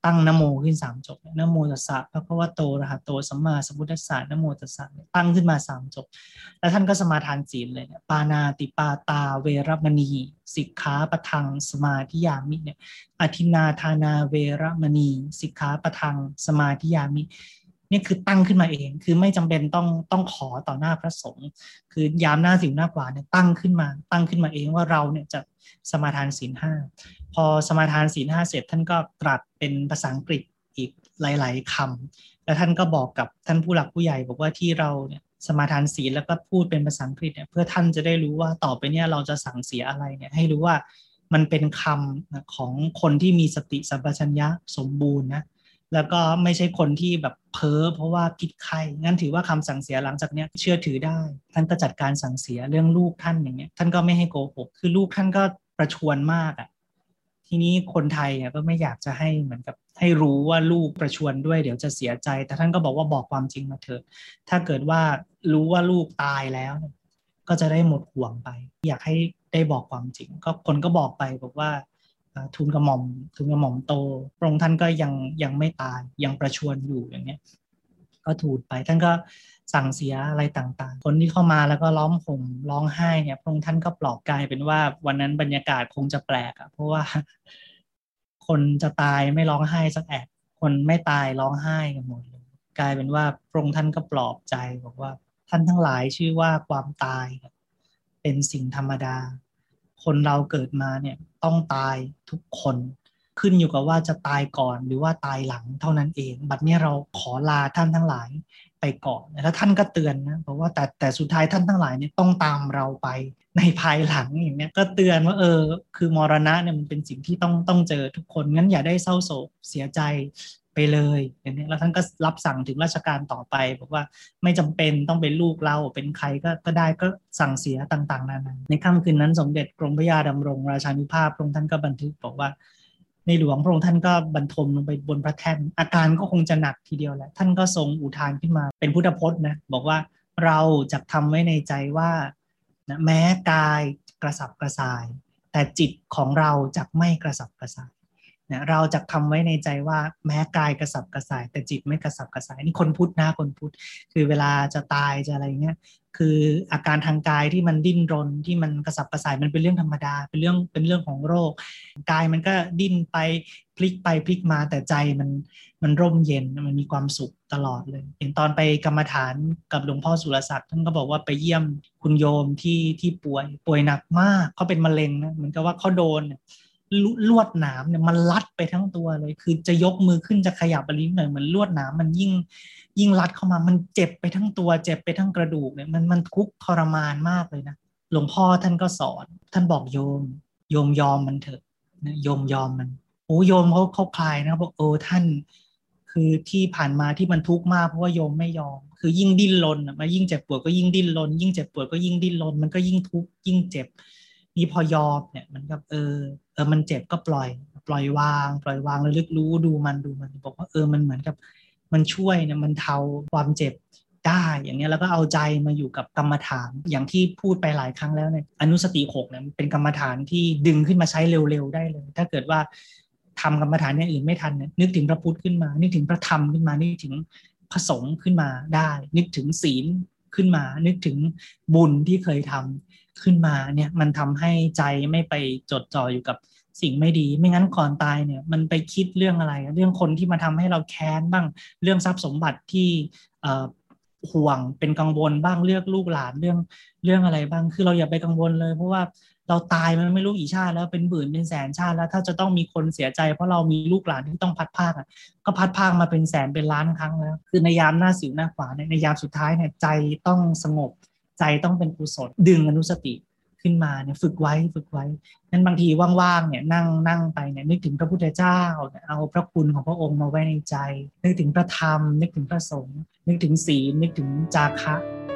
ตั้งนะโมขึ้น3 จบนะโมตัสสะภะคะวะโตอะระหะโตสัมมาสัมพุทธัสสะนะโมตัสสะตั้งขึ้นมา3 จบแล้วท่านก็สมาทานศีลเลยเนี่ยปานาติปาตาเวรมณีสิกขาปะทังสมาธิยามิเนี่ยอทินนาทานาเวรมณีสิกขาปะทังสมาธิยามิเนี่ยคือตั้งขึ้นมาเองคือไม่จำเป็นต้องขอต่อหน้าพระสงฆ์คือยามหน้าสิวหน้ากว่าเนี่ยตั้งขึ้นมาเองว่าเราเนี่ยจะสมาทานศีล 5พอสมาทานศีล 5เสร็จท่านก็ตรัสเป็นภาษาอังกฤษอีกหลายๆคำแล้วท่านก็บอกกับท่านผู้หลักผู้ใหญ่บอกว่าที่เราเนี่ยสมาทานศีลแล้วก็พูดเป็นภาษาอังกฤษเนี่ยเพื่อท่านจะได้รู้ว่าต่อไปเนี่ยเราจะสั่งเสียอะไรเนี่ยให้รู้ว่ามันเป็นคำของคนที่มีสติสัมปชัญญะสมบูรณ์นะแล้วก็ไม่ใช่คนที่แบบเพ้อเพราะว่าพิษไข้งั้นถือว่าคำสั่งเสียหลังจากเนี้ยเชื่อถือได้ท่านก็จัดการสั่งเสียเรื่องลูกท่านอย่างเงี้ยท่านก็ไม่ให้โกหกคือลูกท่านก็ประชวรมากอ่ะทีนี้คนไทยก็ไม่อยากจะให้เหมือนกับให้รู้ว่าลูกประชวรด้วยเดี๋ยวจะเสียใจแต่ท่านก็บอกว่าบอกความจริงมาเถอะถ้าเกิดว่ารู้ว่าลูกตายแล้วก็จะได้หมดห่วงไปอยากให้ได้บอกความจริงก็คนก็บอกไปบอกว่าทูลกระหม่อมโตพระองค์ท่านก็ยังไม่ตายยังประชวรอยู่อย่างเนี้ยก็ทูลไปท่านก็สั่งเสียอะไรต่างๆคนที่เข้ามาแล้วก็ล้อมห่มร้องไห้เนี่ยพระองค์ท่านก็ปลอบกายเป็นว่าวันนั้นบรรยากาศคงจะแปลกเพราะว่าคนจะตายไม่ร้องไห้สักแอะคนไม่ตายร้องไห้กันหมดเลยกลายเป็นว่าพระองค์ท่านก็ปลอบใจบอกว่าท่านทั้งหลายชื่อว่าความตายเป็นสิ่งธรรมดาคนเราเกิดมาเนี่ยต้องตายทุกคนขึ้นอยู่กับว่าจะตายก่อนหรือว่าตายหลังเท่านั้นเองบัดนี้เราขอลาท่านทั้งหลายไปก่อนแล้วท่านก็เตือนนะเพราะว่าแต่สุดท้ายท่านทั้งหลายเนี่ยต้องตามเราไปในภายหลังอย่างเนี้ยก็เตือนว่าคือมรณะเนี่ยมันเป็นสิ่งที่ต้องเจอทุกคนงั้นอย่าได้เศร้าโศกเสียใจไปเลยอย่างนี้แล้วท่านก็รับสั่งถึงราชการต่อไปบอกว่าไม่จำเป็นต้องเป็นลูกเราเป็นใครก็ได้ก็สั่งเสียต่างๆนานาในค่ำคืนนั้นสมเด็จกรมพระยาดำรงราชานุภาพพระองค์ท่านก็บันทึกบอกว่าในหลวงพระองค์ท่านก็บรรทมลงไปบนพระแท่นอาการก็คงจะหนักทีเดียวแหละท่านก็ทรงอุทานขึ้นมาเป็นพุทธพจน์นะบอกว่าเราจะทำไว้ในใจว่านะแม้กายกระสับกระส่ายแต่จิตของเราจะไม่กระสับกระส่ายนะเราจะทำไว้ในใจว่าแม้กายกระสับกระส่ายแต่จิตไม่กระสับกระส่ายนี่คนพุทธนะคนพุทธคือเวลาจะตายจะอะไรเงี้ยคืออาการทางกายที่มันดิ้นรนที่มันกระสับกระส่ายมันเป็นเรื่องธรรมดาเป็นเรื่องของโรคกายมันก็ดิ้นไปพลิกไปพลิกมาแต่ใจมันร่มเย็นมันมีความสุขตลอดเลยเห็นตอนไปกรรมฐานกับหลวงพ่อสุรศักดิ์ท่านก็บอกว่าไปเยี่ยมคุณโยมที่ป่วยหนักมากเขาเป็นมะเร็งนะเหมือนกับว่าเขาโดนลวดหนามเนี่ยมันลัดไปทั้งตัวเลยคือจะยกมือขึ้นจะขยับอะไรนิดหน่อยเหมือนลวดหนามมันยิ่งรัดเข้ามามันเจ็บไปทั้งตัวเจ็บไปทั้งกระดูกเนี่ยมันทุกข์ทรมานมากเลยนะหลวงพ่อท่านก็สอนท่านบอกโยมยอมมันเถอะนะโยมยอมมันโอ้โยมเขาคลายนะบอกท่านคือที่ผ่านมาที่มันทุกข์มากเพราะว่าโยมไม่ยอมคือยิ่งดิ้นรนมายิ่งเจ็บปวดก็ยิ่งดิ้นรนยิ่งเจ็บปวดก็ยิ่งดิ้นรนมันก็ยิ่งทุกข์ยิ่งเจ็บนี่พอยอมเนี่ยมันก็มันเจ็บก็ปล่อยวางแล้วลึกรู้ดูมันบอกว่ามันเหมือนกับมันช่วยเนี่ยมันเทาความเจ็บได้อย่างเงี้ยแล้วก็เอาใจมาอยู่กับกรรมฐานอย่างที่พูดไปหลายครั้งแล้วเนี่ยอนุสติ6เนี่ยเป็นกรรมฐานที่ดึงขึ้นมาใช้เร็วๆได้เลยถ้าเกิดว่าทำกรรมฐานอย่างอื่นไม่ทันเนี่ยนึกถึงพระพุทธขึ้นมานึกถึงพระธรรมขึ้นมานึกถึงพระสงฆ์ขึ้นมาได้นึกถึงศีลขึ้นมานึกถึงบุญที่เคยทำขึ้นมาเนี่ยมันทำให้ใจไม่ไปจดจ่ออยู่กับสิ่งไม่ดีไม่งั้นก่อนตายเนี่ยมันไปคิดเรื่องอะไรเรื่องคนที่มาทำให้เราแค้นบ้างเรื่องทรัพย์สมบัติที่ห่วงเป็นกังวลบ้างเลือกลูกหลานเรื่องอะไรบ้างคือเราอย่าไปกังวลเลยเพราะว่าเราตายมันไม่รู้กี่ชาติแล้วเป็นหมื่นเป็นแสนชาติแล้วถ้าจะต้องมีคนเสียใจเพราะเรามีลูกหลานที่ต้องพัดพรากก็พัดพรากมาเป็นแสนเป็นล้านครั้งแล้วคือในยามหน้าสิวหน้าขวาในยามสุดท้ายเนี่ยใจต้องสงบใจต้องเป็นกุศลดึงอนุสติขึ้นมาเนี่ยฝึกไว้นั้นบางทีว่างๆเนี่ยนั่งไปเนี่ยนึกถึงพระพุทธเจ้าเอาพระคุณของพระองค์มาไว้ในใจนึกถึงพระธรรมนึกถึงพระสงฆ์นึกถึงศีลนึกถึงจาคะ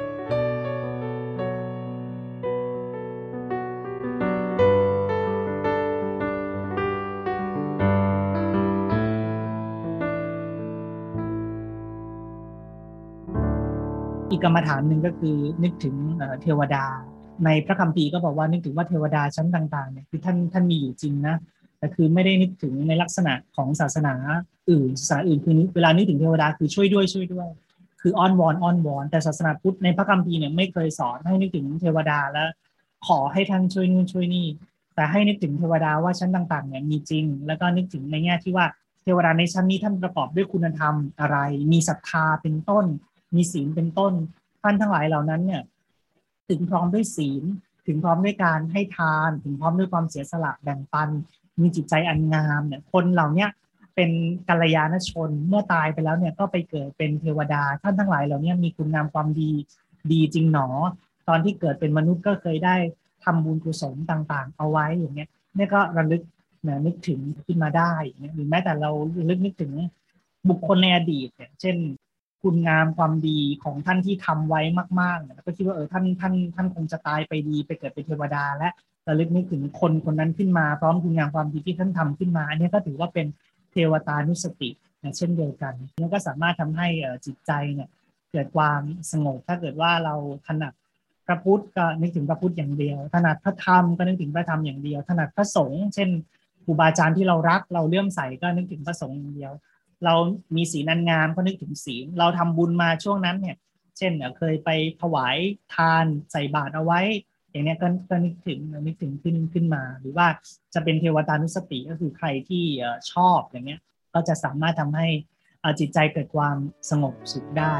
อีกกรรมฐานหนึ่งก็คือนึกถึงเทวดาในพระคัมภีร์ก็บอกว่านึกถึงว่าเทวดาชั้นต่างๆเนี่ยคือท่านมีอยู่จริงนะแต่คือไม่ได้นึกถึงในลักษณะของศาสนาอื่นคือเวลานึกถึงเทวดาคือช่วยด้วยคืออ้อนวอนแต่ศาสนาพุทธในพระคัมภีร์เนี่ยไม่เคยสอนให้นึกถึงเทวดาแล้วขอให้ท่านช่วยนู่นช่วยนี่แต่ให้นึกถึงเทวดาว่าชั้นต่างๆเนี่ยมีจริงแล้วก็นึกถึงในแง่ที่ว่าเทวดาในชั้นนี้ท่านประกอบด้วยคุณธรรมอะไรมีศรัทธาเป็นต้นมีศีลเป็นต้นท่านทั้งหลายเหล่านั้นเนี่ยถึงพร้อมด้วยศีลถึงพร้อมด้วยการให้ทานถึงพร้อมด้วยความเสียสละแบ่งปันมีจิตใจอันงามเนี่ยคนเหล่านี้เป็นกัลยาณชนเมื่อตายไปแล้วเนี่ยก็ไปเกิดเป็นเทวดาท่านทั้งหลายเหล่านี้มีคุณงามความดีจริงหนอตอนที่เกิดเป็นมนุษย์ก็เคยได้ทำบุญกุศลต่างๆเอาไว้อย่างเงี้ยนี่ก็ระลึกนึกถึงขึ้นมาได้หรือแม้แต่เรานึกถึงบุคคลในอดีตเนี่ยเช่นคุณงามความดีของท่านที่ทำไว้มากๆเนี่ยก็คิดว่าท่านคงจะตายไปดีไปเกิดเป็นเทวดาและระลึกนึกถึงคนนั้นขึ้นมาพร้อมคุณงามความดีที่ท่านทำขึ้นมาอันนี้ก็ถือว่าเป็นเทวตานุสติเช่นเดียวกันนี่ก็สามารถทำให้จิตใจเนี่ยเกิดความสงบถ้าเกิดว่าเราถนัดพระพุทธก็นึกถึงพระพุทธอย่างเดียวถนัดพระธรรมก็นึกถึงพระธรรมอย่างเดียวถนัดพระสงฆ์เช่นครูบาอาจารย์ที่เรารักเราเลื่อมใสก็นึกถึงพระสงฆ์อย่างเดียวเรามีศีลอันงามก็นึกถึงศีลเราทำบุญมาช่วงนั้นเนี่ยเช่นเคยไปถวายทานใส่บาตรเอาไว้อย่างนี้ก็นึกถึงขึ้นมาหรือว่าจะเป็นเทวตานุสติก็คือใครที่ชอบอย่างเงี้ยก็จะสามารถทำให้จิตใจเกิดความสงบสุขได้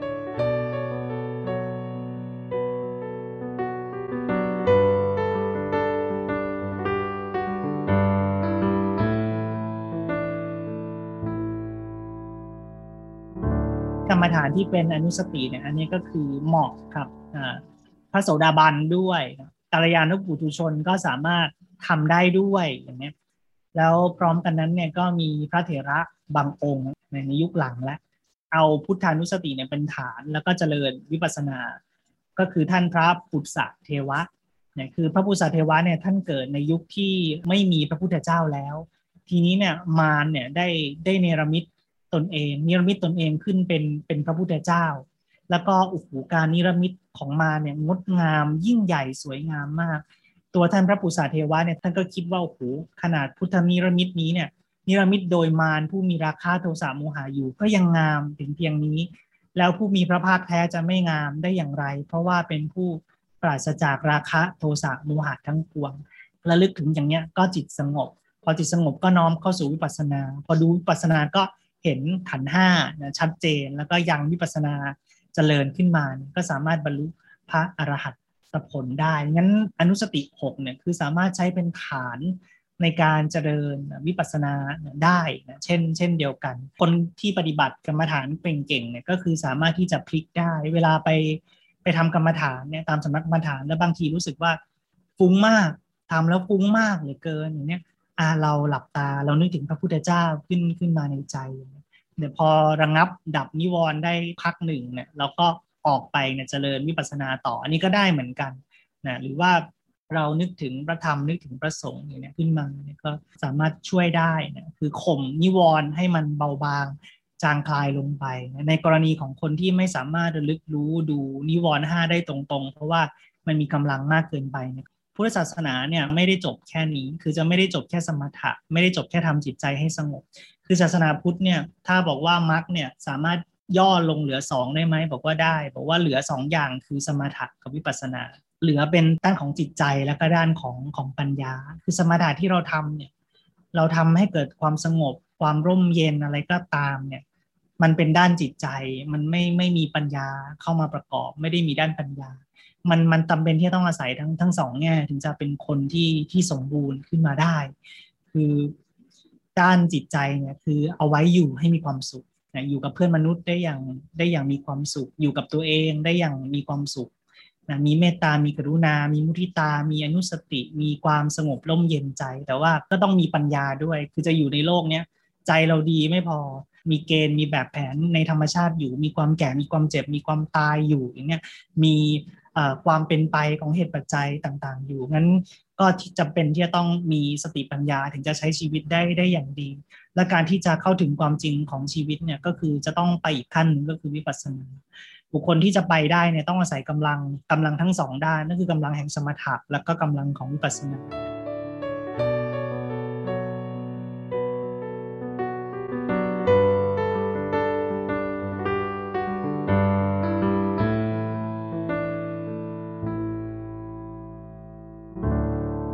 กรรมฐานที่เป็นอนุสติเนี่ยอันนี้ก็คือเหมาะกับพระโสดาบันด้วยกัลยาณปุถุชนก็สามารถทำได้ด้วยอย่างนี้แล้วพร้อมกันนั้นเนี่ยก็มีพระเถระบางองค์ในยุคหลังแล้วเอาพุทธานุสติเนี่ยเป็นฐานแล้วก็เจริญวิปัสสนาก็คือท่านพระปุตสะเทวะเนี่ยคือพระปุตสะเทวะเนี่ยท่านเกิดในยุคที่ไม่มีพระพุทธเจ้าแล้วทีนี้เนี่ยมารเนี่ยได้เนรมิตตนเองขึ้นเป็นพระพุทธเจ้าแล้วก็โอ้โหการนิรมิตของมารเนี่ยงดงามยิ่งใหญ่สวยงามมากตัวท่านพระปุษาเทวะเนี่ยท่านก็คิดว่าโอ้โหขนาดพุทธนิรมิตนี้เนี่ยนิรมิตโดยมารผู้มีราคะโทสะโมหะอยู่ก็ยังงามถึงเพียงนี้แล้วผู้มีพระภาคแท้จะไม่งามได้อย่างไรเพราะว่าเป็นผู้ปราศจากราคะโทสะโมหะทั้งปวงระลึกถึงอย่างเนี้ยก็จิตสงบพอจิตสงบก็น้อมเข้าสู่วิปัสสนาพอดูวิปัสสนาก็เห็นขันธ์ห้าชัดเจนแล้วก็ยังวิปัสสนาเจริญขึ้นมาก็สามารถบรรลุพระอรหัตผลได้งั้นอนุสติ6เนี่ยคือสามารถใช้เป็นฐานในการเจริญวิปัสสนาได้นะเช่นเดียวกันคนที่ปฏิบัติกรรมฐานเก่งๆเนี่ยก็คือสามารถที่จะพลิกได้เวลาไปทำกรรมฐานเนี่ยตามสำนักกรรมฐานแล้วบางทีรู้สึกว่าฟุ้งมากทำแล้วฟุ้งมากเหลือเกินอย่างเนี้ยเราหลับตาเรานึกถึงพระพุทธเจ้าขึ้นมาในใจเนี่ยพอระงับดับนิวรณ์ได้พักหนึ่งเนี่ยเราก็ออกไปเนี่ยเจริญวิปัสสนาต่ออันนี้ก็ได้เหมือนกันนะหรือว่าเรานึกถึงพระธรรมนึกถึงพระสงฆ์อย่างนี้ขึ้นมาเนี่ยก็สามารถช่วยได้นะคือข่มนิวรณ์ให้มันเบาบางจางคลายลงไปนะในกรณีของคนที่ไม่สามารถระลึกรู้ดูนิวรณ์5ได้ตรงๆเพราะว่ามันมีกำลังมากเกินไปนะพุทธศาสนาเนี่ยไม่ได้จบแค่นี้คือจะไม่ได้จบแค่สมถะไม่ได้จบแค่ทำจิตใจให้สงบคือศาสนาพุทธเนี่ยถ้าบอกว่ามรรคเนี่ยสามารถย่อลงเหลือ2ได้ไหมบอกว่าได้บอกว่าเหลือ2อย่างคือสมถะกับวิปัสสนาเหลือเป็นด้านของจิตใจแล้วก็ด้านของปัญญาคือสมถะที่เราทำเนี่ยเราทำให้เกิดความสงบความร่มเย็นอะไรก็ตามเนี่ยมันเป็นด้านจิตใจมันไม่มีปัญญาเข้ามาประกอบไม่ได้มีด้านปัญญามันจำเป็นที่ต้องอาศัยทั้งสองแง่ถึงจะเป็นคนที่สมบูรณ์ขึ้นมาได้คือด้านจิตใจเนี่ยคือเอาไว้อยู่ให้มีความสุขอยู่กับเพื่อนมนุษย์ได้อย่างมีความสุขอยู่กับตัวเองได้อย่างมีความสุขมีเมตตามีกรุณามีมุทิตามีอนุสติมีความสงบร่มเย็นใจแต่ว่าก็ต้องมีปัญญาด้วยคือจะอยู่ในโลกเนี้ยใจเราดีไม่พอมีเกณฑ์มีแบบแผนในธรรมชาติอยู่มีความแก่มีความเจ็บมีความตายอยู่อย่างเงี้ยมีความเป็นไปของเหตุปัจจัยต่างๆอยู่งั้นก็จำเป็นที่จะต้องมีสติปัญญาถึงจะใช้ชีวิตได้อย่างดีและการที่จะเข้าถึงความจริงของชีวิตเนี่ยก็คือจะต้องไปอีกขั้นนึงก็คือวิปัสสนาบุคคลที่จะไปได้เนี่ยต้องอาศัยกำลังทั้งสองด้านนั่นคือกำลังแห่งสมถะและก็กำลังของวิปัสสนา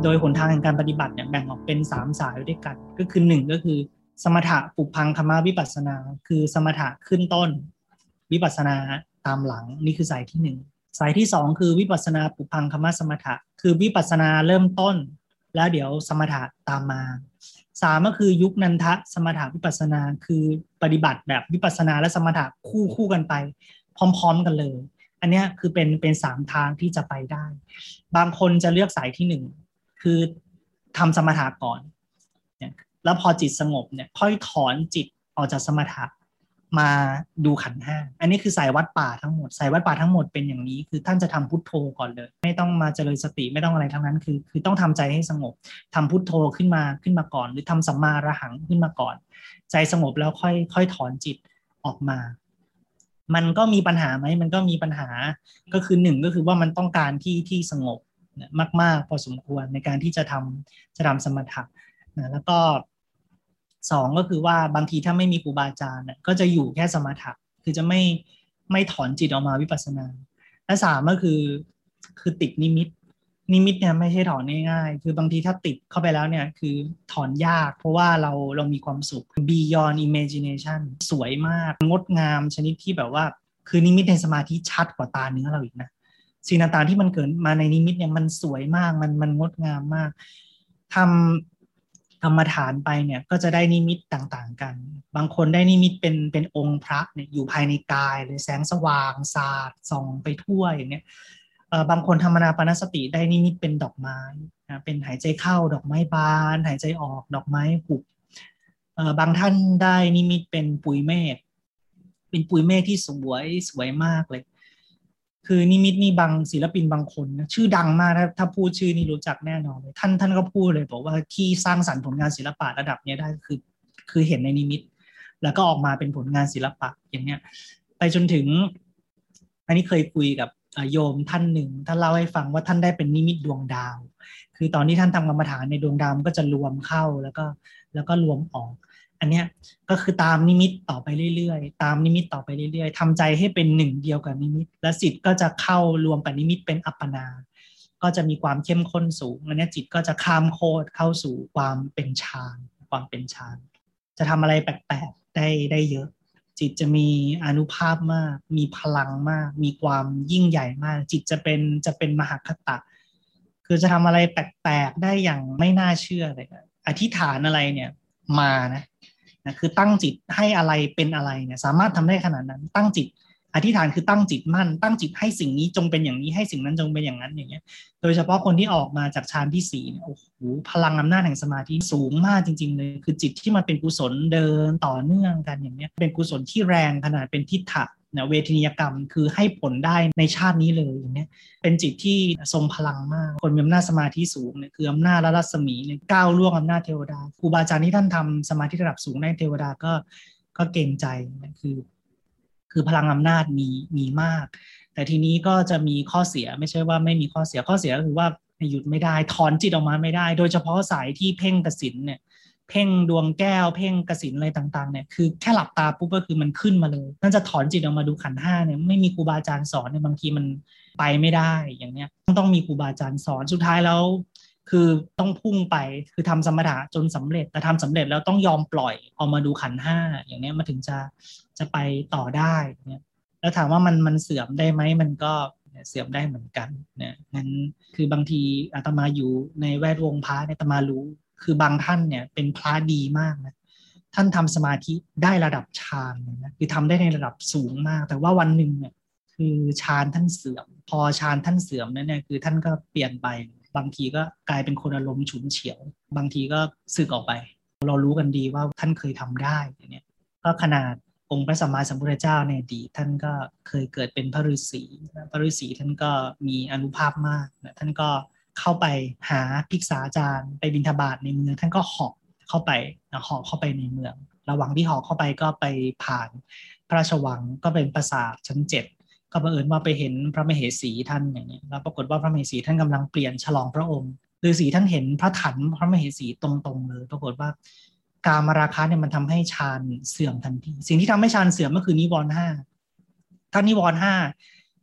โดยหนทางแห่งการปฏิบัติเนี่ยแบ่งออกเป็น3สายด้วยกันก็คือ1ก็คือสมถะปุพพังคัมมวิปัสสนาคือสมถะขึ้นต้นวิปัสสนาตามหลังนี่คือสายที่1สายที่2คือวิปัสสนาปุพพังคัมมสมถะคือวิปัสสนาเริ่มต้นแล้วเดี๋ยวสมถะตามมา3ก็คือยุคนันทะสมถะวิปัสสนาคือปฏิบัติแบบวิปัสสนาและสมถะคู่กันไปพร้อมๆกันเลยอันนี้คือเป็น3ทางที่จะไปได้บางคนจะเลือกสายที่1คือทำสมถะก่อนแล้วพอจิตสงบเนี่ยค่อยถอนจิตออกจากสมถะมาดูขันธ์5อันนี้คือสายวัดป่าทั้งหมดสายวัดป่าทั้งหมดเป็นอย่างนี้คือท่านจะทำพุทโธก่อนเลยไม่ต้องมาเจริญสติไม่ต้องอะไรทั้งนั้นคือต้องทำใจให้สงบทำพุทโธขึ้นมาก่อนหรือทำสัมมาอรหังขึ้นมาก่อนใจสงบแล้วค่อยถอนจิตออกมามันก็มีปัญหาไหมมันก็มีปัญหาก็คือ1ก็คือว่ามันต้องการที่สงบมากๆพอสมควรในการที่จะทำสมถะนะแล้วก็2ก็คือว่าบางทีถ้าไม่มีครูบาอาจารย์ก็จะอยู่แค่สมถะคือจะไม่ถอนจิตออกมาวิปัสสนาและ3ก็คือติดนิมิตเนี่ยไม่ใช่ถอนง่ายๆคือบางทีถ้าติดเข้าไปแล้วเนี่ยคือถอนยากเพราะว่าเรามีความสุข beyond imagination สวยมากงดงามชนิดที่แบบว่าคือนิมิตในสมาธิชัดกว่าตาเนื้อเราอีกนะสิ่งต่างๆที่มันเกิดมาในนิมิตเนี่ยมันสวยมากมันงดงามมากทำกรรมฐานไปเนี่ยก็จะได้นิมิตต่างๆกันบางคนได้นิมิตเป็นองค์พระเนี่ยอยู่ภายในกายเลยแสงสว่างสาดส่องไปทั่วอย่างเนี้ยบางคนทำอานาปานสติได้นิมิตเป็นดอกไม้นะเป็นหายใจเข้าดอกไม้บานหายใจออกดอกไม้หุบบางท่านได้นิมิตเป็นปุยเมฆเป็นปุยเมฆที่สวยมากเลยคือนิมิตนี่บางศิลปินบางคนนะชื่อดังมากถ้าพูดชื่อนี่รู้จักแน่นอนเลยท่านก็พูดเลยบอกว่าที่สร้างสรรค์ผลงานศิลปะระดับนี้ได้คือเห็นในนิมิตแล้วก็ออกมาเป็นผลงานศิลปะอย่างเนี้ยไปจนถึงอันนี้เคยคุยกับโยมท่านหนึ่งท่านเล่าให้ฟังว่าท่านได้เป็นนิมิตดวงดาวคือตอนที่ท่านทำกรรมฐานในดวงดาวก็จะรวมเข้าแล้วก็รวมออกอันเนี้ยก็คือตามนิมิตต่อไปเรื่อยๆตามนิมิตต่อไปเรื่อยๆทำใจให้เป็นหนึ่งเดียวกับนิมิตและจิตก็จะเข้ารวมกับนิมิตเป็นอัปปนาก็จะมีความเข้มข้นสูงอันนี้จิตก็จะข้ามโคตรเข้าสู่ความเป็นฌานจะทำอะไรแปลกๆได้เยอะจิตจะมีอานุภาพมากมีพลังมากมีความยิ่งใหญ่มากจิตจะเป็นมหคตะคือจะทำอะไรแปลกๆได้อย่างไม่น่าเชื่อเลยอธิษฐานอะไรเนี่ยมานะคือตั้งจิตให้อะไรเป็นอะไรเนี่ยสามารถทำได้ขนาดนั้นตั้งจิตอธิษฐานคือตั้งจิตมั่นตั้งจิตให้สิ่งนี้จงเป็นอย่างนี้ให้สิ่งนั้นจงเป็นอย่างนั้นอย่างเงี้ยโดยเฉพาะคนที่ออกมาจากฌานที่4เนี่ยโอ้โหพลังอำนาจแห่งสมาธิสูงมากจริงๆเลยคือจิตที่มันเป็นกุศลเดินต่อเนื่องกันอย่างเงี้ยเป็นกุศลที่แรงขนาดเป็นทิฏฐะเวทนิยกรรมคือให้ผลได้ในชาตินี้เลยอย่างเนี้ยเป็นจิตที่ทรงพลังมากคนมีอำนาจสมาธิสูงเนี่ยคืออำนาจและรัศมีเนี่ยก้าวล่วงอำนาจเทวดาครูบาอาจารย์ที่ท่านทำสมาธิระดับสูงได้เทวดาก็เกรงใจคือพลังอำนาจมีมากแต่ทีนี้ก็จะมีข้อเสียไม่ใช่ว่าไม่มีข้อเสียก็คือว่าหยุดไม่ได้ถอนจิตออกมาไม่ได้โดยเฉพาะสายที่เพ่งกสิณเนี่ยเพ่งดวงแก้วเพ่งกสิณอะไรต่างๆเนี่ยคือแค่หลับตาปุ๊บก็คือมันขึ้นมาเลยนั่นจะถอนจิตออกมาดูขันธ์5เนี่ยไม่มีครูบาอาจารย์สอนเนี่ยบางทีมันไปไม่ได้อย่างเนี้ยต้องมีครูบาอาจารย์สอนสุดท้ายแล้วคือต้องพุ่งไปคือทำสมถะจนสำเร็จแต่ทำสำเร็จแล้วต้องยอมปล่อยออกมาดูขันธ์5อย่างเนี้ยมันถึงจะไปต่อได้เนี่ยแล้วถามว่ามันเสื่อมได้ไหมมันก็เสื่อมได้เหมือนกันเนี่ยงั้นคือบางทีอาตมาอยู่ในแวดวงพระเนี่ยอาตมารู้คือบางท่านเนี่ยเป็นพระดีมากนะท่านทำสมาธิได้ระดับฌานนะคือทำได้ในระดับสูงมากแต่ว่าวันหนึ่งเนี่ยคือฌานท่านเสื่อมพอฌานท่านเสื่อมเนี่ยคือท่านก็เปลี่ยนไปบางทีก็กลายเป็นคนอารมณ์ฉุนเฉียวบางทีก็สึกออกไปเรารู้กันดีว่าท่านเคยทำได้เนี่ยก็ขนาดองค์พระสัมมาสัมพุทธเจ้าในอดีตท่านก็เคยเกิดเป็นพระฤาษีท่านก็มีอานุภาพมากท่านก็เข้าไปหาภิกษาจารย์ไปบิณฑบาตในเมืองท่านก็เหาะเข้าไปในเมืองระหว่างที่เหาะเข้าไปก็ไปผ่านพระราชวังก็เป็นปราสาทชั้น7ก็บังเอิญว่าไปเห็นพระมเหสีท่านอย่างนี้แล้วปรากฏว่าพระมเหสีท่านกำลังเปลี่ยนฉลองพระองค์ฤาษีท่านเห็นพระถันพระมเหสีตรงๆเลยปรากฏว่ากามราคะเนี่ยมันทำให้ฌานเสื่อมทันทีสิ่งที่ทำให้ฌานเสื่อมก็คือนิวรณ์5ถ้านิวรณ์5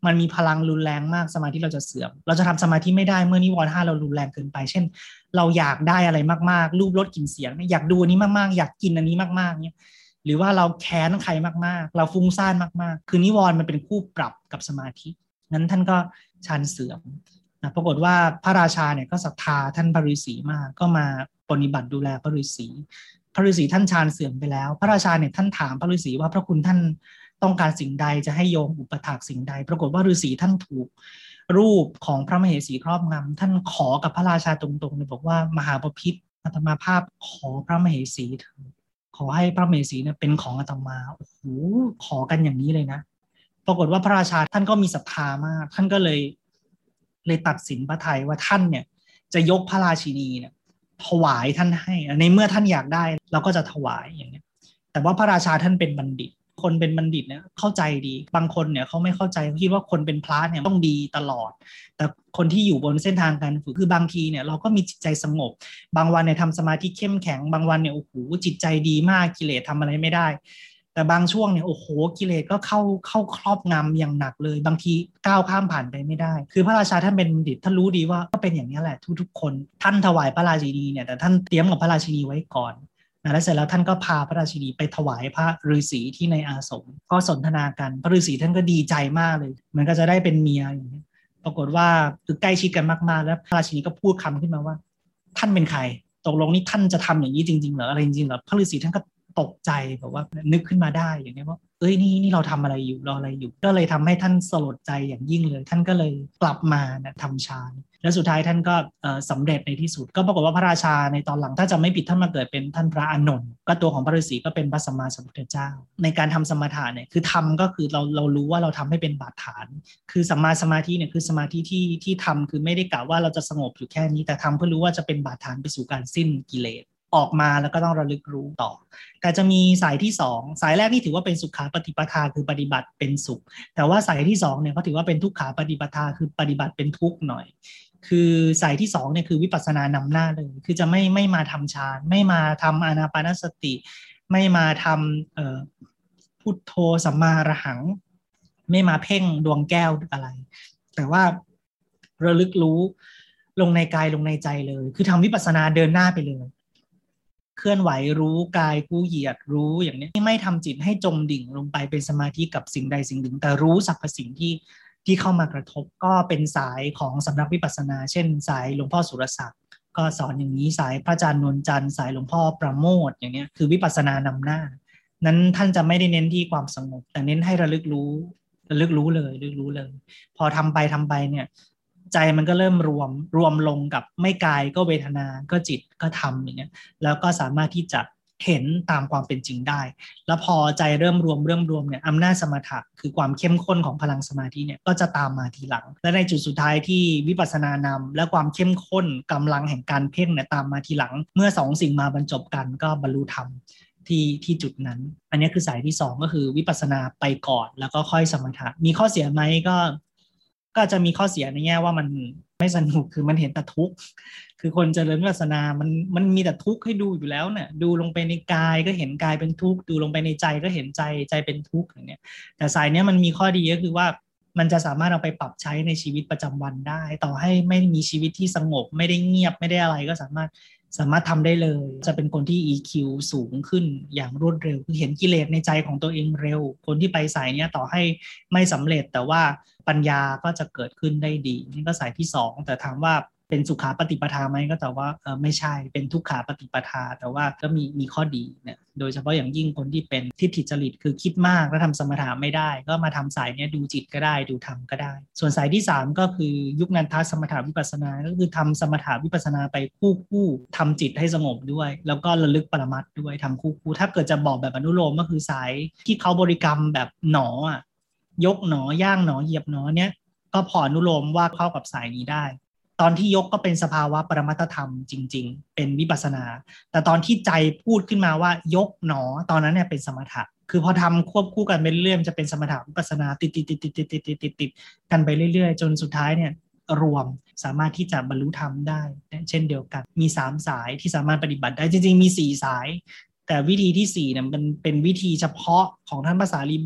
มันมีพลังรุนแรงมากสมาธิเราจะเสื่อมเราจะทำสมาธิไม่ได้เมื่อนิวรณ์ห้าเรารุนแรงเกินไปเช่นเราอยากได้อะไรมากๆรูปรสกลิ่นเสียงอยากดูอันนี้มากๆอยากกินอันนี้มากๆเนี่ยหรือว่าเราแค้นใครมากๆเราฟุ้งซ่านมากๆคือนิวรณ์มันเป็นคู่ปรับกับสมาธินั้นท่านก็ฌานเสื่อมนะปรากฏว่าพระราชาเนี่ยก็ศรัทธาท่านพระฤาษีมากก็มาปฏิบัติดูแลพระฤาษีท่านฌานเสื่อมไปแล้วพระราชาเนี่ยท่านถามพระฤาษีว่าพระคุณท่านต้องการสิ่งใดจะให้โยมอุปถากสิ่งใดปรากฏว่าฤาษีท่านถูกรูปของพระมเหสีครอบงำท่านขอกับพระราชาตรงๆเลยบอกว่ามหาบพิตรอาตมาภาพขอพระมเหสีเถอะขอให้พระมเหสีเนี่ยเป็นของอาตมาโอ้โหขอกันอย่างนี้เลยนะปรากฏว่าพระราชาท่านก็มีศรัทธามากท่านก็เลยตัดสินพระทัยว่าท่านเนี่ยจะยกพระราชินีเนี่ยถวายท่านให้ในเมื่อท่านอยากได้เราก็จะถวายอย่างนี้แต่ว่าพระราชาท่านเป็นบัณฑิตคนเป็นบัณฑิตเนี่ยเข้าใจดีบางคนเนี่ยเขาไม่เข้าใจเขาคิดว่าคนเป็นพระเนี่ยต้องดีตลอดแต่คนที่อยู่บนเส้นทางการฝึกคือบางทีเนี่ยเราก็มีจิตใจสงบบางวันเนี่ยทำสมาธิเข้มแข็งบางวันเนี่ยโอ้โหจิตใจดีมากกิเลสทำอะไรไม่ได้แต่บางช่วงเนี่ยโอ้โหกิเลสก็เข้าครอบงำอย่างหนักเลยบางทีก้าวข้ามผ่านไปไม่ได้คือพระราชาท่านเป็นบัณฑิตท่านรู้ดีว่าก็เป็นอย่างนี้แหละทุกๆคนท่านถวายพระราชินีเนี่ยแต่ท่านเตรียมกับพระราชินีไว้ก่อนแล้วเสร็จแล้วท่านก็พาพระราชินีไปถวายพระฤาษีที่ในอาสมก็สนทนากันพระฤาษีท่านก็ดีใจมากเลยมันก็จะได้เป็นเมียอย่างนี้ปรากฏว่าคือใกล้ชิดกันมากๆแล้วพระราชินีก็พูดคำขึ้นมาว่าท่านเป็นใครตกลงนี่ท่านจะทำอย่างนี้จริงๆเหรออะไรจริงๆเหรอพระฤาษีท่านก็ตกใจแบบว่านึกขึ้นมาได้อย่างนี้ว่าเอ้ยนี่เราทำอะไรอยู่เราอะไรอยู่ก็เลยทำให้ท่านสลดใจอย่างยิ่งเลยท่านก็เลยกลับมาทำฌานแล้วสุดท้ายท่านก็สำเร็จในที่สุดก็ปรากฏว่าพระราชาในตอนหลังถ้าจะไม่ผิดท่านมาเกิดเป็นท่านพระอานนท์ก็ตัวของพระฤาษีก็เป็นพระสัมมาสัมพุทธเจ้าในการทำสมถะเนี่ยคือทำก็คือเรารู้ว่าเราทำให้เป็นบาดฐานคือสัมมาสมาธิเนี่ยคือสมาธิที่ทำคือไม่ได้กะว่าเราจะสงบอยู่แค่นี้แต่ทำเพื่อรู้ว่าจะเป็นบาดฐานไปสู่การสิ้นกิเลสออกมาแล้วก็ต้องระลึกรู้ต่อแต่จะมีสายที่2สายแรกนี่ถือว่าเป็นสุขาปฏิปทาคือปฏิบัติเป็นสุขแต่ว่าสายที่2เนี่ยเขาถือว่าเป็นทุกขาปฏิปทาคือปฏิบัติเป็นทุกข์หน่อยคือสายที่2เนี่ยคือวิปัสสนานำหน้าเลยคือจะไม่มาทำฌานไม่มาทำอานาปานสติไม่มาทำพุทโธสัมมาอรหังไม่มาเพ่งดวงแก้วอะไรแต่ว่าระลึกรู้ลงในกายลงในใจเลยคือทำวิปัสสนาเดินหน้าไปเลยเคลื่อนไหวรู้กายกู้เหยียดรู้อย่างนี้ไม่ทำจิตให้จมดิ่งลงไปเป็นสมาธิกับสิ่งใดสิ่งหนึ่งแต่รู้สรรพสิ่งที่เข้ามากระทบก็เป็นสายของสำนักวิปัสสนาเช่นสายหลวงพ่อสุรศักดิ์ก็สอนอย่างนี้สายพระอาจารย์นวลจันทร์สายหลวงพ่อประโมทอย่างนี้คือวิปัสสนานำหน้านั้นท่านจะไม่ได้เน้นที่ความสงบแต่เน้นให้ระลึกรู้เลยพอทำไปเนี่ยใจมันก็เริ่มรวมลงกับไม่กายก็เวทนาก็จิตก็ธรรมอย่างเงี้ยแล้วก็สามารถที่จะเห็นตามความเป็นจริงได้แล้วพอใจเริ่มรวมเนี่ยอำนาจสมถะคือความเข้มข้นของพลังสมาธิเนี่ยก็จะตามมาทีหลังและในจุดสุดท้ายที่วิปัสสนานำและความเข้มข้นกำลังแห่งการเพ่งเนี่ยตามมาทีหลังเมื่อ2สิ่งมาบรรจบกันก็บรรลุธรรมที่จุดนั้นอันนี้คือสายที่2ก็คือวิปัสสนาไปก่อนแล้วก็ค่อยสมถะมีข้อเสียไหมก็จะมีข้อเสียในแง่ว่ามันไม่สนุกคือมันเห็นแต่ทุกข์คือคนเจริญวิปัสสนามันมีแต่ทุกข์ให้ดูอยู่แล้วเนี่ยดูลงไปในกายก็เห็นกายเป็นทุกข์ดูลงไปในใจก็เห็นใจเป็นทุกข์อย่างเนี้ยแต่สายเนี้ยมันมีข้อดีก็คือว่ามันจะสามารถเอาไปปรับใช้ในชีวิตประจำวันได้ต่อให้ไม่มีชีวิตที่สงบไม่ได้เงียบไม่ได้อะไรก็สามารถทำได้เลยจะเป็นคนที่ EQ สูงขึ้นอย่างรวดเร็วคือเห็นกิเลสในใจของตัวเองเร็วคนที่ไปสายเนี้ยต่อให้ไม่สำเร็จแต่ว่าปัญญาก็จะเกิดขึ้นได้ดีนี่ก็สายที่2แต่ถามว่าเป็นสุขาปฏิปทาไหมก็แต่ว่าไม่ใช่เป็นทุกขาปฏิปทาแต่ว่าก็มีข้อดีเนี่ยโดยเฉพาะอย่างยิ่งคนที่เป็นทิฏฐิจริตคือคิดมากแล้วทำสมถะไม่ได้ก็มาทำสายเนี้ยดูจิตก็ได้ดูธรรมก็ได้ส่วนสายที่3ก็คือยุคนันทสมถะวิปัสสนาก็คือทำสมถะวิปัสสนาไปคู่ทำจิตให้สงบด้วยแล้วก็ระลึกปรมัตถ์ด้วยทำคู่ถ้าเกิดจะบอกแบบอนุโลมก็คือสายที่เขาบริกรรมแบบหนอยกหนอย่างหนอเหยียบหนอเนี้ยก็พออนุโลมว่าเข้ากับสายนี้ได้ตอนที่ยกก็เป็นสภาวะปรมัตถธรรมจริงๆเป็นวิปัสสนาแต่ตอนที่ใจพูดขึ้นมาว่ายกหนอตอนนั้นเนี่ยเป็นสมถะคือพอทำควบคู่กันไปเรื่อยๆจะเป็นสมถะวิปัสสนาติดกันไปเรื่อยๆจนสุดท้ายเนี่ยรวมสามารถที่จะบรรลุธรรมได้เช่นเดียวกันมี3สายที่สามารถปฏิบัติได้จริงๆมี4สายแต่วิธีที่4เนี่ยมันเป็นวิธีเฉพาะของท่านพระสารีบุตร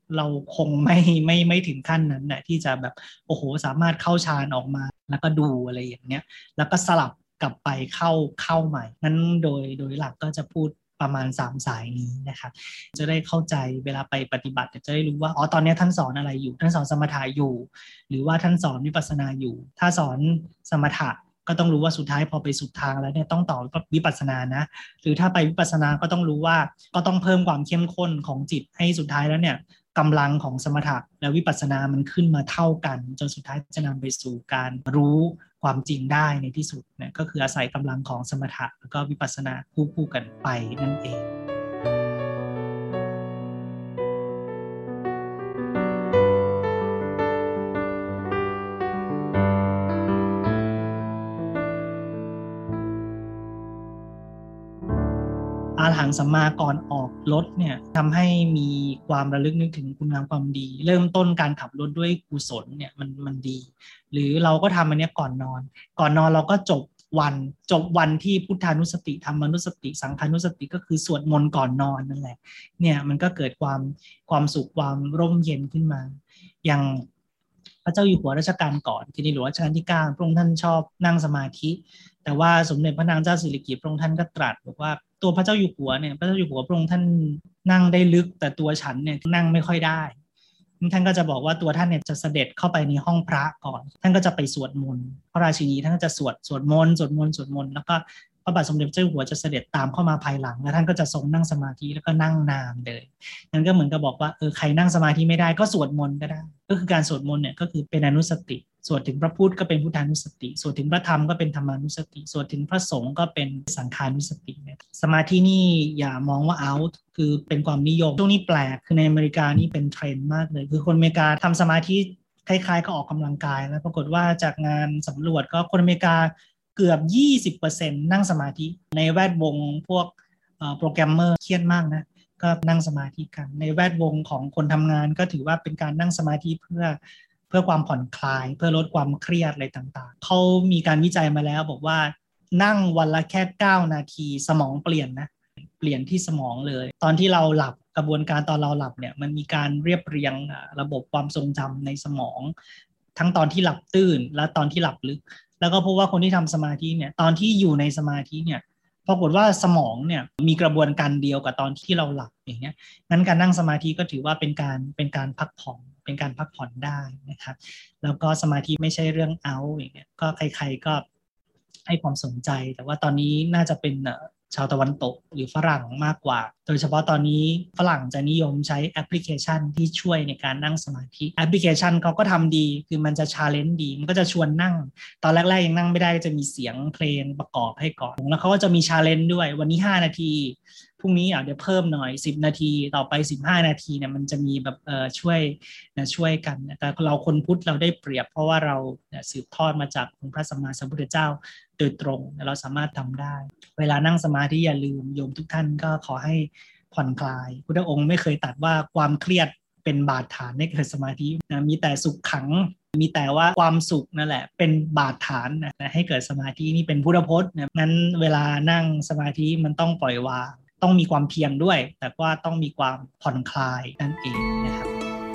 เราคงไม่ถึงขั้นนั้นนะที่จะแบบโอ้โหสามารถเข้าฌานออกมาแล้วก็ดูอะไรอย่างเงี้ยแล้วก็สลับกลับไปเข้าใหม่นั้นโดยหลักก็จะพูดประมาณ3สายนี้นะครับจะได้เข้าใจเวลาไปปฏิบัติจะได้รู้ว่าอ๋อตอนนี้ท่านสอนอะไรอยู่ท่านสอนสมถะอยู่หรือว่าท่านสอนวิปัสสนาอยู่ถ้าสอนสมถะก็ต้องรู้ว่าสุดท้ายพอไปสุดทางแล้วเนี่ยต้องต่อวิปัสสนานะหรือถ้าไปวิปัสสนาก็ต้องรู้ว่าก็ต้องเพิ่มความเข้มข้นของจิตให้สุดท้ายแล้วเนี่ยกำลังของสมถะและวิปัสสนามันขึ้นมาเท่ากันจนสุดท้ายจะนำไปสู่การรู้ความจริงได้ในที่สุดเนี่ยก็คืออาศัยกำลังของสมถะแล้วก็วิปัสสนาคู่กันไปนั่นเองอาหังสัมมาก่อนออกรถเนี่ยทำให้มีความระลึกนึกถึงคุณงามความดีเริ่มต้นการขับรถด้วยกุศลเนี่ยมันดีหรือเราก็ทำอันนี้ก่อนนอนเราก็จบวันที่พุทธานุสติธรรมานุสติสังฆานุสติก็คือสวดมนต์ก่อนนอนนั่นแหละเนี่ยมันก็เกิดความสุขความร่มเย็นขึ้นมาอย่างพระเจ้าอยู่หัวรัชกาลก่อนคือในหลวงรัชกาลที่9พระองค์ท่านชอบนั่งสมาธิแต่ว่าสมเด็จพระนางเจ้าสิริกิติ์พระองค์ท่านก็ตรัสบอกว่าตัวพระเจ้าอยู่หัวเนี่ยพระเจ้าอยู่หัวพระองค์ท่านนั่งได้ลึกแต่ตัวฉันเนี่ยนั่งไม่ค่อยได้ท่านก็จะบอกว่าตัวท่านเนี่ยจะเสด็จเข้าไปในห้องพระก่อนท่านก็จะไปสวดมนต์พระราชินีท่านก็จะสวดมนต์แล้วก็พระบาทสมเด็จเจ้าอยู่หัวจะเสด็จตามเข้ามาภายหลังแล้วท่านก็จะทรงนั่งสมาธิแล้วก็นั่งนานเลยนั่นก็เหมือนกับบอกว่าใครนั่งสมาธิไม่ได้ก็สวดมนต์ก็ได้ก็คือการสวดมนต์เนี่ยก็คือเป็นอนุสติสวดถึงพระพุทธก็เป็นพุทธานุสติสวดถึงพระธรรมก็เป็นธรรมานุสติสวดถึงพระสงฆ์ก็เป็นสังฆานุสติสมาธินี่อย่ามองว่า out คือเป็นความนิยมช่วงนี้แปลกคือในอเมริกานี่เป็นเทรนด์มากเลยคือคนอเมริกาทำสมาธิคล้ายๆก็ออกกำลังกายแล้วปรากฏว่าจากงานสำรวจก็คนอเมริกาเกือบ 20% นั่งสมาธิในแวดวงพวกโปรแกรมเมอร์เครียดมากนะก็นั่งสมาธิกันในแวดวงของคนทำงานก็ถือว่าเป็นการนั่งสมาธิเพื่อความผ่อนคลายเพื่อลดความเครียดอะไรต่างๆเขามีการวิจัยมาแล้วบอกว่านั่งวันละแค่9นาทีสมองเปลี่ยนนะเปลี่ยนที่สมองเลยตอนที่เราหลับกระบวนการตอนเราหลับเนี่ยมันมีการเรียบเรียงระบบความทรงจำในสมองทั้งตอนที่หลับตื่นและตอนที่หลับลึกแล้วก็พบว่าคนที่ทำสมาธิเนี่ยตอนที่อยู่ในสมาธิเนี่ยปรากฏว่าสมองเนี่ยมีกระบวนการเดียวกับตอนที่เราหลับอย่างเงี้ยงั้นการนั่งสมาธิก็ถือว่าเป็นการพักผ่อนเป็นการพักผ่อนได้นะครับแล้วก็สมาธิไม่ใช่เรื่องเอาอย่างเงี้ยก็ใครๆก็ให้ความสนใจแต่ว่าตอนนี้น่าจะเป็นชาวตะวันตกหรือฝรั่งมากกว่าโดยเฉพาะตอนนี้ฝรั่งจะนิยมใช้แอปพลิเคชันที่ช่วยในการนั่งสมาธิแอปพลิเคชันเขาก็ทำดีคือมันจะชาเลนจ์ดีมันก็จะชวนนั่งตอนแรกๆยังนั่งไม่ได้จะมีเสียงเพลงประกอบให้ก่อนแล้วเขาก็จะมีชาเลนจ์ด้วยวันนี้5นาทีพรุ่งนี้เดี๋ยวเพิ่มหน่อย10นาทีต่อไป15นาทีเนี่ยมันจะมีแบบช่วยกันแต่เราคนพุทธเราได้เปรียบเพราะว่าเราสืบทอดมาจากองค์พระสัมมาสัมพุทธเจ้าโดยตรงเราสามารถทำได้เวลานั่งสมาธิอย่าลืมโยมทุกท่านก็ขอให้ผ่อนคลายพุทธองค์ไม่เคยตรัสว่าความเครียดเป็นบาดฐานให้เกิดสมาธินะมีแต่สุขขังมีแต่ว่าความสุขนั่นแหละเป็นบาดฐานนะให้เกิดสมาธินี่เป็นพุทธพจน์นะงั้นเวลานั่งสมาธิมันต้องปล่อยวางต้องมีความเพียรด้วยแต่ว่าต้องมีความผ่อนคลายนั่นเองนะครับ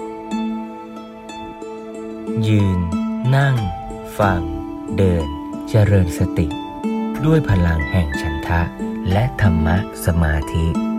ยืนนั่งฟังเดินเจริญสติด้วยพลังแห่งฉันทะและธรรมะสมาธิ